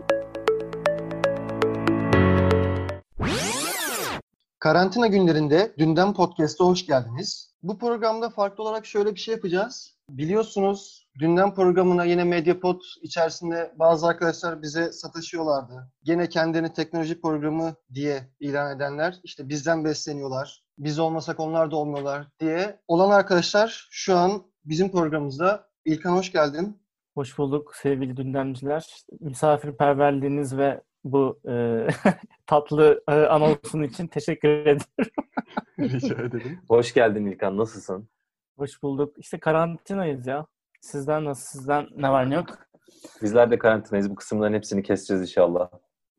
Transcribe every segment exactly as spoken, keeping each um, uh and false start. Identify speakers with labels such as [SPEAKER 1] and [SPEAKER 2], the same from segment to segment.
[SPEAKER 1] Karantina günlerinde Dünden Podcast'a hoş geldiniz. Bu programda farklı olarak şöyle bir şey yapacağız. Biliyorsunuz Dünden programına yine Mediapod içerisinde bazı arkadaşlar bize sataşıyorlardı. Gene kendini teknoloji programı diye ilan edenler işte bizden besleniyorlar. Biz olmasak onlar da olmuyorlar diye olan arkadaşlar şu an bizim programımızda. İlkan hoş geldin.
[SPEAKER 2] Hoş bulduk sevgili dündemciler. Misafirperverliğiniz ve bu e, tatlı e, anonsun için teşekkür ederim.
[SPEAKER 1] Rica ederim.
[SPEAKER 3] Hoş geldin İlkan, nasılsın?
[SPEAKER 2] Hoş bulduk. İşte karantinayız ya. Sizden nasıl? Sizden ne var ne yok?
[SPEAKER 3] Bizler de karantinayız. Bu kısımların hepsini keseceğiz inşallah.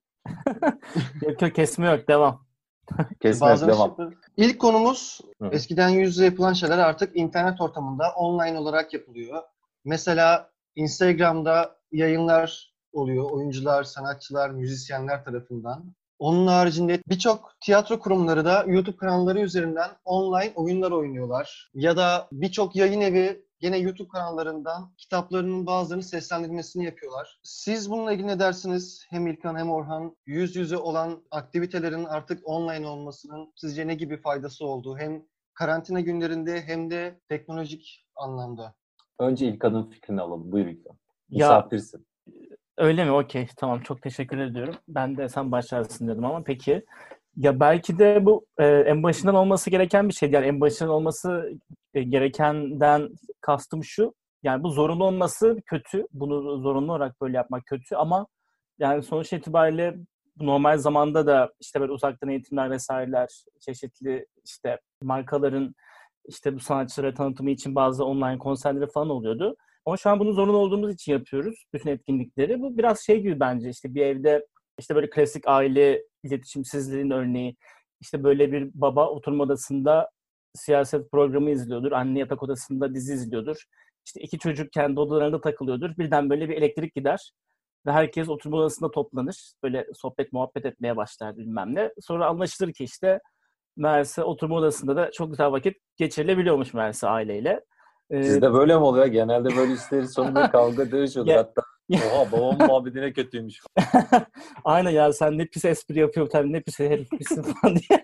[SPEAKER 2] Yok yok kesme yok. Devam.
[SPEAKER 3] Kesme yok, devam.
[SPEAKER 1] Şey... İlk konumuz
[SPEAKER 3] Hı.
[SPEAKER 1] eskiden yüz yüze yapılan şeyler artık internet ortamında online olarak yapılıyor. Mesela Instagram'da yayınlar oluyor. Oyuncular, sanatçılar, müzisyenler tarafından. Onun haricinde birçok tiyatro kurumları da YouTube kanalları üzerinden online oyunlar oynuyorlar. Ya da birçok yayın evi gene YouTube kanallarından kitaplarının bazılarının seslendirmesini yapıyorlar. Siz bununla ilgili ne dersiniz? Hem İlkan hem Orhan, yüz yüze olan aktivitelerin artık online olmasının sizce ne gibi faydası oldu? Hem karantina günlerinde hem de teknolojik anlamda.
[SPEAKER 3] Önce İlkan'ın fikrini alalım. Buyur İlkan.
[SPEAKER 2] Ya,
[SPEAKER 3] Misafirsin.
[SPEAKER 2] öyle mi? Okey. Tamam. Çok teşekkür ediyorum. Ben de sen başlarsın dedim ama peki. Ya belki de bu e, en başından olması gereken bir şey. Yani en başından olması e, gerekenden kastım şu. Yani bu zorunlu olması kötü. Bunu zorunlu olarak böyle yapmak kötü ama yani sonuç itibariyle normal zamanda da işte böyle uzaktan eğitimler vesaireler, çeşitli işte markaların işte bu sanatçılara tanıtımı için bazı online konserleri falan oluyordu. Ama şu an bunu zorunlu olduğumuz için yapıyoruz. Bütün etkinlikleri. Bu biraz şey gibi bence işte bir evde işte böyle klasik aile iletişimsizliğin örneği. İşte böyle bir baba oturma odasında siyaset programı izliyordur. Anne yatak odasında dizi izliyordur. İşte iki çocuk kendi odalarında takılıyordur. Birden böyle bir elektrik gider. Ve herkes oturma odasında toplanır. Böyle sohbet muhabbet etmeye başlar bilmem ne. Sonra anlaşılır ki işte meğerse oturma odasında da çok güzel vakit geçirilebiliyormuş meğerse aileyle. Ee,
[SPEAKER 3] Sizde böyle mi oluyor? Genelde böyle işlerin sonunda kavga dövüş olur.
[SPEAKER 2] Ya-
[SPEAKER 3] Hatta oha babamın muhabbetine kötüymüş.
[SPEAKER 2] Aynen ya sen ne pis espri yapıyorsun tabii ne pis herifmişsin falan diye.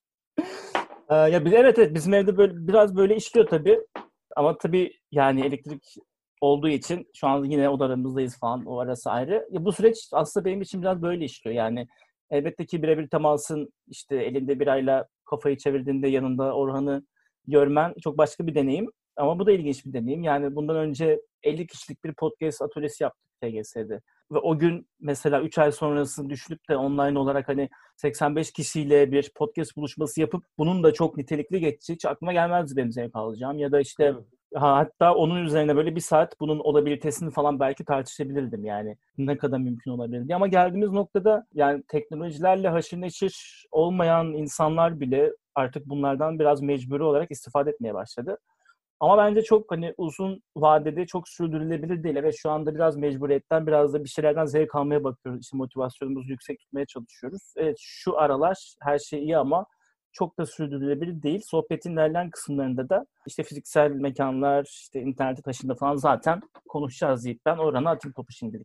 [SPEAKER 2] Ee, ya biz, evet evet bizim evde böyle biraz böyle işliyor tabii. Ama tabii yani elektrik olduğu için şu an yine odalarımızdayız falan o arası ayrı. Ya bu süreç aslında benim için biraz böyle işliyor. Yani elbette ki birebir temasın işte elinde birayla kafayı çevirdiğinde yanında Orhan'ı görmen çok başka bir deneyim. Ama bu da ilginç bir deneyim. Yani bundan önce elli kişilik bir podcast atölyesi yaptık T G S'de. Ve o gün mesela üç ay sonrasını düşünüp de online olarak hani seksen beş kişiyle bir podcast buluşması yapıp bunun da çok nitelikli geçeceği hiç aklıma gelmezdi benim zevk alacağım. Ya da işte ha, hatta onun üzerine böyle bir saat bunun olabilitesini falan belki tartışabilirdim yani. Ne kadar mümkün olabilirdi. Ama geldiğimiz noktada yani teknolojilerle haşır neşir olmayan insanlar bile artık bunlardan biraz mecburi olarak istifade etmeye başladı. Ama bence çok hani uzun vadede çok sürdürülebilir değil. Evet şu anda biraz mecburiyetten biraz da bir şeylerden zevk almaya bakıyoruz. İşte motivasyonumuzu yüksek tutmaya çalışıyoruz. Evet şu aralar her şey iyi ama çok da sürdürülebilir değil. Sohbetin ilerleyen kısımlarında da işte fiziksel mekanlar, işte internete taşındı falan zaten konuşacağız deyip ben Orhan'a atayım topu şimdilik.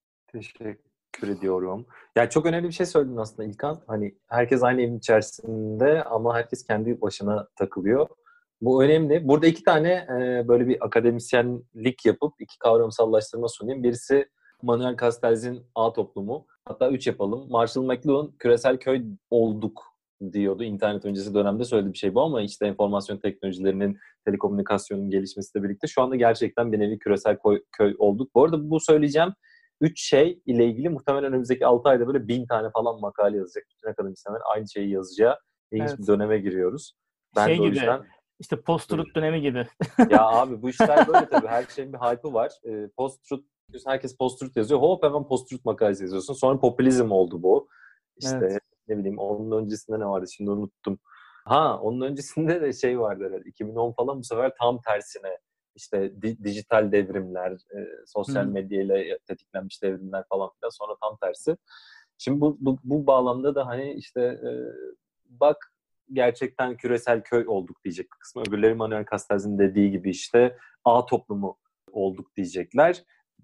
[SPEAKER 3] Teşekkür ediyorum. Ya çok önemli bir şey söyledin aslında İlkan. Hani herkes aynı evin içerisinde ama herkes kendi başına takılıyor. Bu önemli. Burada iki tane e, böyle bir akademisyenlik yapıp iki kavramsallaştırma sunayım. Birisi Manuel Castells'in A toplumu. Hatta üç yapalım. Marshall McLuhan küresel köy olduk diyordu. İnternet öncesi dönemde söylediği bir şey bu ama işte enformasyon teknolojilerinin, telekomünikasyonun gelişmesiyle birlikte şu anda gerçekten bir nevi küresel köy, köy olduk. Bu arada bu söyleyeceğim üç şey ile ilgili muhtemelen önümüzdeki altı ayda böyle bin tane falan makale yazacak. Bütün akademisyenler aynı şeyi yazacağı ilginç
[SPEAKER 2] Evet.
[SPEAKER 3] bir döneme giriyoruz. Ben
[SPEAKER 2] Şey
[SPEAKER 3] de o
[SPEAKER 2] gibi,
[SPEAKER 3] yüzden...
[SPEAKER 2] işte post-truth dönemi gibi.
[SPEAKER 3] Ya abi bu işler böyle tabii. Her şeyin bir hype'ı var. E, post-truth diyorsun, herkes post-truth yazıyor. Hop hemen post-truth makalesi yazıyorsun. Sonra popülizm oldu bu. İşte
[SPEAKER 2] Evet.
[SPEAKER 3] ne bileyim onun öncesinde ne vardı şimdi unuttum. Ha onun öncesinde de şey vardı herhalde. iki bin on falan bu sefer tam tersine. İşte di- dijital devrimler, e, sosyal
[SPEAKER 2] Hı.
[SPEAKER 3] medyayla tetiklenmiş devrimler falan filan. Sonra tam tersi. Şimdi bu, bu, bu bağlamda da hani işte e, bak gerçekten küresel köy olduk diyecek kısmı. Öbürleri Manuel Castells'in dediği gibi işte A toplumu olduk diyecekler.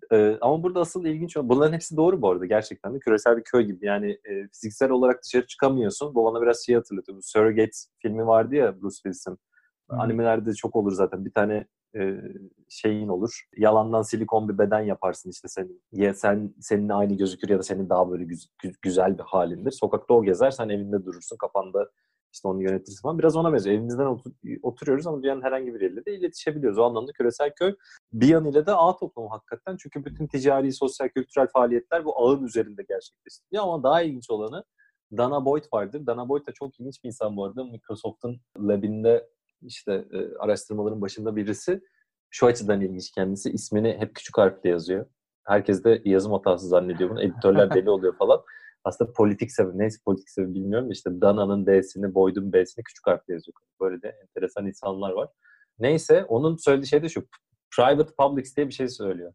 [SPEAKER 3] Ee, ama burada asıl ilginç olan, bunların hepsi doğru bu arada gerçekten de. Küresel bir köy gibi. Yani e, fiziksel olarak dışarı çıkamıyorsun. Bu bana biraz şey hatırlatıyor. Bu Surrogate filmi vardı ya, Bruce Willis'in.
[SPEAKER 2] Hı-hı.
[SPEAKER 3] Animelerde de çok olur zaten. Bir tane e, şeyin olur. Yalandan silikon bir beden yaparsın işte senin. Ya sen seninle aynı gözükür ya da senin daha böyle güz, güz, güzel bir halindir. Sokakta o gezer, sen evinde durursun. Kafanda işte onu yönetirsin falan. Biraz ona benziyor. Evimizden otur, oturuyoruz ama dünyanın herhangi bir yeriyle de iletişebiliyoruz. O anlamda küresel köy bir yanıyla da ağ toplumu hakikaten. Çünkü bütün ticari, sosyal, kültürel faaliyetler bu ağın üzerinde gerçekleştiriliyor. Ama daha ilginç olanı Dana Boyd vardır. Dana Boyd da çok ilginç bir insan bu arada. Microsoft'un labinde işte e, araştırmaların başında birisi. Şu açıdan ilginç kendisi. İsmini hep küçük harfle yazıyor. Herkes de yazım hatası zannediyor bunu. Editörler deli oluyor falan. Aslında politik sebebi, neyse politik sebebi bilmiyorum. İşte Dana'nın D'sini, Boyd'un B'sini küçük harfle yazıyor. Böyle de enteresan insanlar var. Neyse, onun söylediği şey de şu. Private publics diye bir şey söylüyor.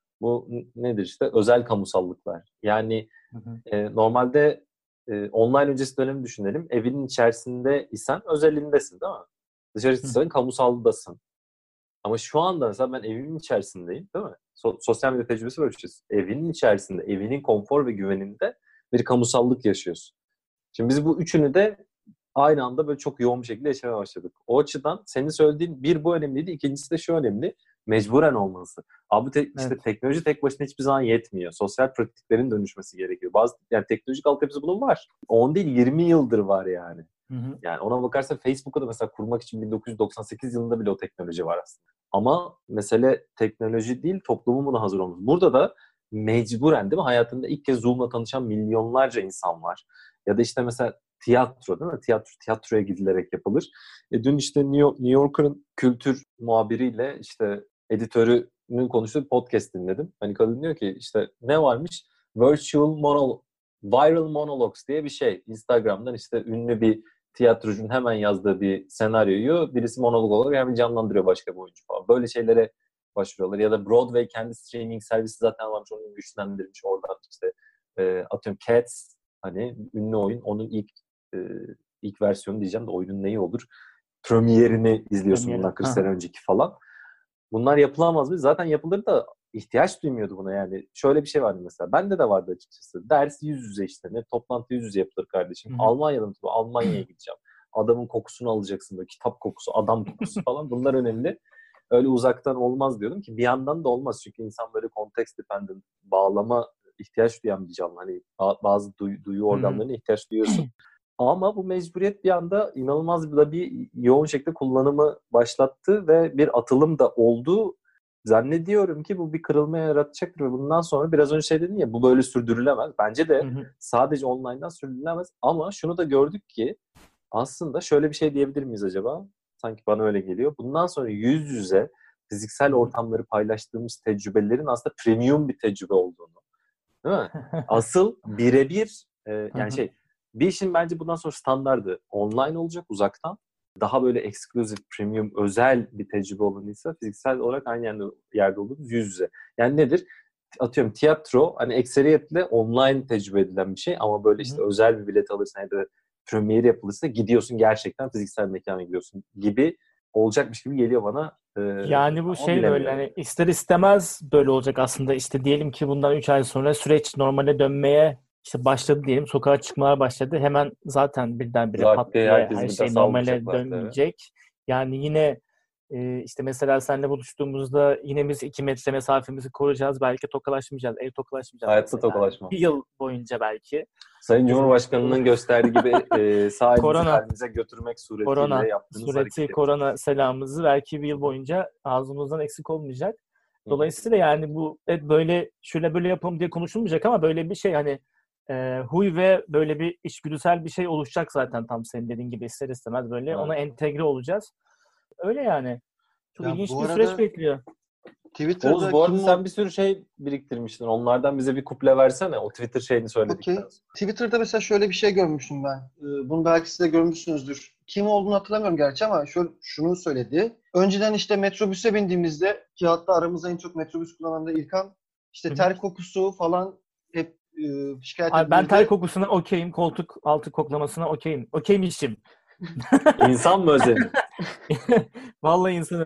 [SPEAKER 3] Bu nedir işte? Özel kamusallıklar. Yani hı hı. E, normalde e, online öncesi dönemi düşünelim. Evinin içerisinde isen özelindesin değil mi? Dışarı çıksan kamusaldasın. Ama şu anda mesela ben evimin içerisindeyim değil mi? So- sosyal medya tecrübesi böyle bir şey. Evinin içerisinde, evinin konfor ve güveninde bir kamusallık yaşıyorsun. Şimdi biz bu üçünü de aynı anda böyle çok yoğun bir şekilde yaşamaya başladık. O açıdan senin söylediğin bir bu önemliydi. İkincisi de şu önemli. Mecburen olması. Abi te- işte evet. Teknoloji tek başına hiçbir zaman yetmiyor. Sosyal pratiklerin dönüşmesi gerekiyor. Bazı yani teknolojik altyapısı bunun var. on değil yirmi yıldır var yani. Hı hı. Yani ona bakarsan Facebook'u da mesela kurmak için bin dokuz yüz doksan sekiz yılında bile o teknoloji var aslında. Ama mesele teknoloji değil, toplumun buna hazır olması. Burada da mecburen değil mi? Hayatında ilk kez Zoom'la tanışan milyonlarca insan var. Ya da işte mesela tiyatro değil mi? Tiyatro, tiyatroya gidilerek yapılır. E dün işte New, York, New Yorker'ın kültür muhabiriyle işte editörünün konuştuğu podcast dinledim. Hani kadın diyor ki işte ne varmış? Virtual monolog, viral monologues diye bir şey. Instagram'dan işte ünlü bir tiyatrocunun hemen yazdığı bir senaryoyu birisi monolog olarak hemen canlandırıyor başka bir oyuncu falan. Böyle şeylere başvuruyorlar. Ya da Broadway kendi streaming servisi zaten varmış. Onu güçlendirmiş oradan işte e, atıyorum Cats hani ünlü oyun. Onun ilk e, ilk versiyonu diyeceğim de oyunun neyi olur? Premierini izliyorsun Premiere. Bundan kırk sene önceki falan. Bunlar yapılamaz mı? Zaten yapılır da ihtiyaç duymuyordu buna yani. Şöyle bir şey vardı mesela. Bende de vardı açıkçası. Ders yüz yüze işte. Ne toplantı yüz yüze yapılır kardeşim. Hı-hı. Almanya'dan tutup Almanya'ya gideceğim. Adamın kokusunu alacaksın. Böyle kitap kokusu, adam kokusu falan. Bunlar önemli. Öyle uzaktan olmaz diyordum ki bir yandan da olmaz. Çünkü insan böyle context dependent, bağlama ihtiyaç duyan bir canlı. Hani bazı duyu, duyu organlarına ihtiyaç duyuyorsun. Ama bu mecburiyet bir anda inanılmaz bir, bir yoğun şekilde kullanımı başlattı ve bir atılım da oldu. Zannediyorum ki bu bir kırılma yaratacaktır ve bundan sonra biraz önce şey dedin ya bu böyle sürdürülemez. Bence de hı hı. sadece online'dan sürdürülemez ama şunu da gördük ki aslında şöyle bir şey diyebilir miyiz acaba? Sanki bana öyle geliyor. Bundan sonra yüz yüze fiziksel ortamları paylaştığımız tecrübelerin aslında premium bir tecrübe olduğunu. Değil mi? Asıl birebir e, yani şey bir işin bence bundan sonra standardı online olacak uzaktan. Daha böyle exclusive, premium, özel bir tecrübe olanıysa fiziksel olarak aynı yerde, yerde olduğumuz yüz yüze. Yani nedir? Atıyorum tiyatro hani ekseriyetle online tecrübe edilen bir şey ama böyle işte Hı. özel bir bilet alırsan ya da premieri yapılırsa gidiyorsun gerçekten fiziksel mekana gidiyorsun gibi olacakmış gibi geliyor bana. Ee,
[SPEAKER 2] yani bu şey böyle hani ister istemez böyle olacak aslında. İşte diyelim ki bundan üç ay sonra süreç normale dönmeye işte başladı diyelim. Sokağa çıkmalar başladı. Hemen zaten birdenbire pat diye her şey normale dönmeyecek. Tabii. Yani yine e, işte mesela seninle buluştuğumuzda yine biz iki metre mesafemizi koruyacağız. Belki tokalaşmayacağız. Ev tokalaşmayacağız.
[SPEAKER 3] Hayatta
[SPEAKER 2] mesela.
[SPEAKER 3] tokalaşma.
[SPEAKER 2] Bir yıl boyunca belki.
[SPEAKER 3] Sayın Cumhurbaşkanı'nın gösterdiği gibi e, sağ elinizi kalbinize götürmek suretiyle korona,
[SPEAKER 2] yaptığınız hareket. Korona selamımızı belki bir yıl boyunca ağzımızdan eksik olmayacak. Dolayısıyla yani bu evet böyle şöyle böyle yapalım diye konuşulmayacak ama böyle bir şey hani e, huy ve böyle bir içgüdüsel bir şey oluşacak zaten tam senin dediğin gibi ister istemez böyle evet. Ona entegre olacağız. Öyle yani. Çok ya ilginç bir süreç bekliyor.
[SPEAKER 3] Twitter'da Oğuz bu arada kim sen o... bir sürü şey biriktirmiştin. Onlardan bize bir kuple versene. O Twitter şeyini söyledikten
[SPEAKER 1] okay. Twitter'da mesela şöyle bir şey görmüştüm ben. Bunu belki siz de görmüşsünüzdür. Kim olduğunu hatırlamıyorum gerçi ama şöyle, şunu söyledi. Önceden işte metrobüse bindiğimizde ki hatta aramızda en çok metrobüs kullanan da İlkan işte ter kokusu falan hep e, şikayet edildi.
[SPEAKER 2] Ben ter kokusuna okeyim. Koltuk altı koklamasına okeyim. Okeymişim.
[SPEAKER 3] İnsan mı özledin?
[SPEAKER 2] Vallahi insan özledim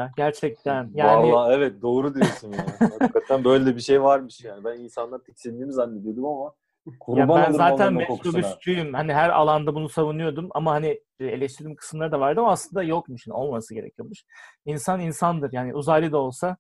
[SPEAKER 2] ya. Gerçekten. Yani
[SPEAKER 3] Vallahi evet, doğru diyorsun ya. Hakikaten böyle bir şey varmış yani. Ben insanlar tiksindiğini zannediyordum ama
[SPEAKER 2] ya
[SPEAKER 3] kurban
[SPEAKER 2] ben
[SPEAKER 3] olurum
[SPEAKER 2] zaten
[SPEAKER 3] onların o kokusuna.
[SPEAKER 2] metrobüsçüyüm. Hani her alanda bunu savunuyordum ama hani eleştirdiğim kısımları da vardı ama aslında yokmuş. Yani olması gerekiyormuş. İnsan insandır. Yani uzaylı da olsa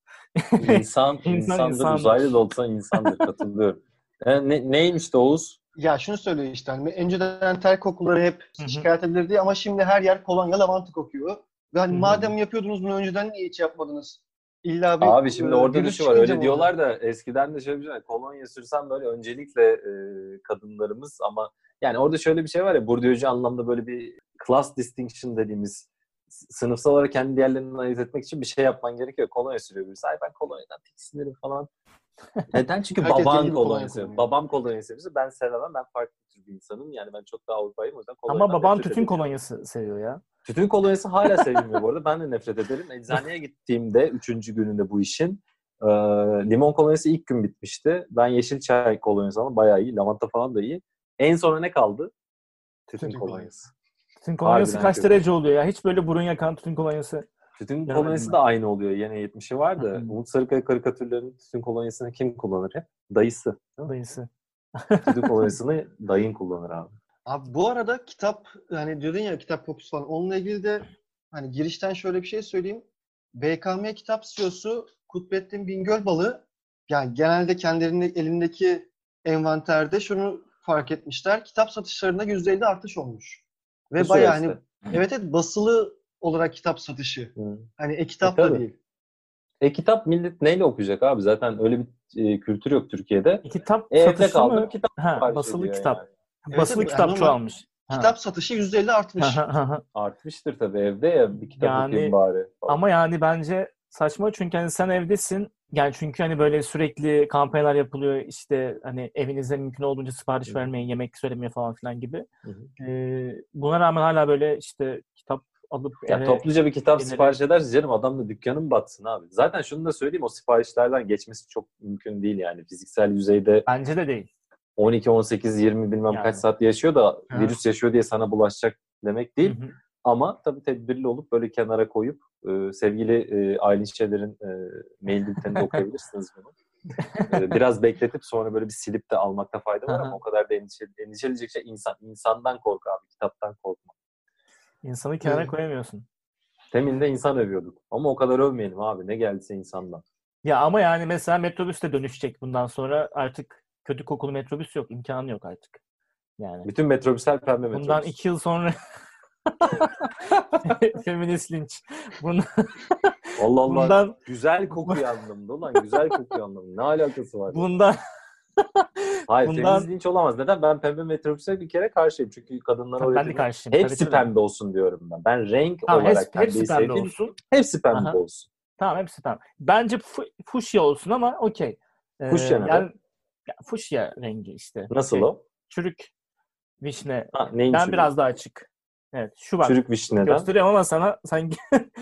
[SPEAKER 3] İnsan
[SPEAKER 2] insan
[SPEAKER 3] insandır, uzaylı da
[SPEAKER 2] insandır.
[SPEAKER 3] olsa insandır. Katılıyorum. E, ne, neymiş de Oğuz?
[SPEAKER 1] Ya şunu söylüyor işte hani önceden ter kokuları hep
[SPEAKER 2] Hı hı.
[SPEAKER 1] şikayet edilirdi ama şimdi her yer kolonya lavanta kokuyor. Ve hani
[SPEAKER 2] Hı hı.
[SPEAKER 1] madem yapıyordunuz bunu önceden niye hiç yapmadınız? İlla bir
[SPEAKER 3] Abi şimdi
[SPEAKER 1] e,
[SPEAKER 3] orada da
[SPEAKER 1] virüs
[SPEAKER 3] şu var.
[SPEAKER 1] çıkınca
[SPEAKER 3] Öyle
[SPEAKER 1] mı oldu?
[SPEAKER 3] diyorlar da eskiden de şöyle bir şey var. Kolonya sürsem böyle öncelikle e, kadınlarımız ama yani orada şöyle bir şey var ya, Bourdieu'cu anlamda böyle bir class distinction dediğimiz s- sınıfsal olarak kendi diğerlerinden ayırt etmek için bir şey yapman gerekiyor. Kolonya sürüyor birisi. Ay ben kolonyadan tiksinirim falan. Neden? Çünkü
[SPEAKER 1] Herkes deli
[SPEAKER 3] baban
[SPEAKER 1] gibi
[SPEAKER 3] kolonya
[SPEAKER 1] kolonya
[SPEAKER 3] seviyor.
[SPEAKER 1] kullanıyor.
[SPEAKER 3] Babam kolonya seviyorsa ben sevemem. Ben farklı tür bir insanım. Yani ben çok daha Avrupa'yım. O yüzden
[SPEAKER 2] Ama
[SPEAKER 3] kolonyadan
[SPEAKER 2] baban
[SPEAKER 3] nefret
[SPEAKER 2] tütün
[SPEAKER 3] edebiliyorum.
[SPEAKER 2] kolonyası seviyor ya.
[SPEAKER 3] Tütün kolonyası hala sevilmiyor bu arada. Ben de nefret ederim. Eczaneye gittiğimde üçüncü gününde bu işin e, limon kolonyası ilk gün bitmişti. Ben yeşil çay kolonyası ama bayağı iyi. Lavanta falan da iyi. En sonra ne kaldı? Tütün
[SPEAKER 1] Tütün kolonyası.
[SPEAKER 3] kolonyası.
[SPEAKER 2] Tütün kolonyası
[SPEAKER 3] Harbiden
[SPEAKER 2] kaç
[SPEAKER 3] kötü.
[SPEAKER 2] derece oluyor ya? Hiç böyle burun yakan tütün kolonyası
[SPEAKER 3] Tütün
[SPEAKER 2] görmedim
[SPEAKER 3] kolonyası
[SPEAKER 2] ben.
[SPEAKER 3] da aynı oluyor. Yine yetmişi var
[SPEAKER 2] Hı
[SPEAKER 3] da.
[SPEAKER 2] hı.
[SPEAKER 3] Umut Sarıkaya karikatürlerinin tütün kolonyasını kim kullanır hep? Dayısı. Değil mi?
[SPEAKER 2] Dayısı.
[SPEAKER 3] Tütün kolonyasını dayın kullanır abi.
[SPEAKER 1] Abi bu arada kitap hani diyordun ya kitap kokusu falan onunla ilgili de hani girişten şöyle bir şey söyleyeyim. B K M Kitap C E O'su Kutbettin Bingölbalı yani genelde kendilerinin elindeki envanterde şunu fark etmişler. Kitap satışlarında yüzde elli artış olmuş.
[SPEAKER 3] Bu
[SPEAKER 1] Ve bayağı hani
[SPEAKER 3] süreçte.
[SPEAKER 1] evet evet basılı olarak kitap satışı.
[SPEAKER 3] Hı.
[SPEAKER 1] Hani
[SPEAKER 3] E
[SPEAKER 1] e-kitap da
[SPEAKER 3] tabii.
[SPEAKER 1] değil.
[SPEAKER 3] E-kitap millet neyle okuyacak abi? Zaten öyle bir e, kültür yok Türkiye'de.
[SPEAKER 2] E, kitap
[SPEAKER 3] E, evde
[SPEAKER 2] satışı
[SPEAKER 3] kaldım,
[SPEAKER 2] mı?
[SPEAKER 3] kitap
[SPEAKER 2] Ha,
[SPEAKER 3] sipariş
[SPEAKER 2] basılı
[SPEAKER 3] ediyor
[SPEAKER 2] kitap.
[SPEAKER 3] yani.
[SPEAKER 1] Evet
[SPEAKER 2] Basılı
[SPEAKER 1] evet yani
[SPEAKER 2] kitap
[SPEAKER 1] normal
[SPEAKER 2] çoğalmış. Ha.
[SPEAKER 1] kitap satışı yüzde elli artmış.
[SPEAKER 3] Artmıştır tabii, evde ya, bir kitap okuyayım
[SPEAKER 2] Yani
[SPEAKER 3] bari falan.
[SPEAKER 2] ama yani bence saçma çünkü hani sen evdesin. Yani çünkü hani böyle sürekli kampanyalar yapılıyor işte hani evinizde mümkün olduğunca sipariş
[SPEAKER 3] Hı hı.
[SPEAKER 2] vermeyin, yemek söylemeye falan filan gibi.
[SPEAKER 3] Hı hı.
[SPEAKER 2] Ee, buna rağmen hala böyle işte kitap alıp
[SPEAKER 3] Ya
[SPEAKER 2] eve
[SPEAKER 3] topluca bir kitap
[SPEAKER 2] birileri
[SPEAKER 3] sipariş ederse canım adam da dükkanın batsın abi. Zaten şunu da söyleyeyim, o siparişlerden geçmesi çok mümkün değil yani. Fiziksel yüzeyde
[SPEAKER 2] bence de değil.
[SPEAKER 3] on iki, on sekiz, yirmi bilmem kaç
[SPEAKER 2] Yani.
[SPEAKER 3] saat yaşıyor da
[SPEAKER 2] Hı
[SPEAKER 3] virüs yaşıyor diye sana bulaşacak demek
[SPEAKER 2] hı.
[SPEAKER 3] değil. Ama tabii tedbirli olup böyle kenara koyup e, sevgili e, Aylin Şener'in e, mail bülteninde okuyabilirsiniz bunu. E, biraz bekletip sonra böyle bir silip de almakta fayda var ama o kadar da endişe, endişelenecek şey insan. İnsandan kork abi, kitaptan korkma.
[SPEAKER 2] İnsanı kenara
[SPEAKER 1] Evet.
[SPEAKER 2] koyamıyorsun.
[SPEAKER 3] Temin de insan övüyorduk. Ama o kadar övmeyelim abi. Ne geldiyse insandan.
[SPEAKER 2] Ya ama yani mesela metrobüs de dönüşecek bundan sonra artık kötü kokulu metrobüs yok. İmkanı yok artık. Yani.
[SPEAKER 3] Bütün metrobüsler pembe
[SPEAKER 2] Bundan
[SPEAKER 3] metrobüs.
[SPEAKER 2] iki yıl sonra feminist linç. Bundan,
[SPEAKER 3] Allah Allah,
[SPEAKER 2] bundan
[SPEAKER 3] güzel kokuyor anlamında. Ulan güzel kokuyor anlamında. Ne alakası var ya?
[SPEAKER 2] bundan
[SPEAKER 3] Hayır, feminist
[SPEAKER 2] bundan
[SPEAKER 3] linç olamaz. Neden? Ben pembe metrobüse bir kere karşıyım. Çünkü kadınlara
[SPEAKER 2] tabii ben de
[SPEAKER 3] öğretilmiş.
[SPEAKER 2] karşıyım. Tabii
[SPEAKER 3] Hepsi
[SPEAKER 2] tabii.
[SPEAKER 3] pembe olsun diyorum ben. Ben renk
[SPEAKER 2] Tamam hepsi,
[SPEAKER 3] olarak
[SPEAKER 2] hepsi
[SPEAKER 3] pembeyi
[SPEAKER 2] pembe
[SPEAKER 3] sevdiğim için
[SPEAKER 2] olsun.
[SPEAKER 3] hepsi pembe
[SPEAKER 2] Aha.
[SPEAKER 3] olsun.
[SPEAKER 2] Tamam hepsi pembe. Bence fu- fuşya olsun ama okey. Ee,
[SPEAKER 3] Fuşya ne be?
[SPEAKER 2] yani ya, fuşya rengi işte.
[SPEAKER 3] Nasıl
[SPEAKER 2] Şey,
[SPEAKER 3] o?
[SPEAKER 2] çürük vişne.
[SPEAKER 3] Ha, neyin
[SPEAKER 2] Ben
[SPEAKER 3] çürüğü?
[SPEAKER 2] biraz daha açık. Evet şu bak.
[SPEAKER 3] Çürük vişneden.
[SPEAKER 2] Gösteriyorum ama sana sanki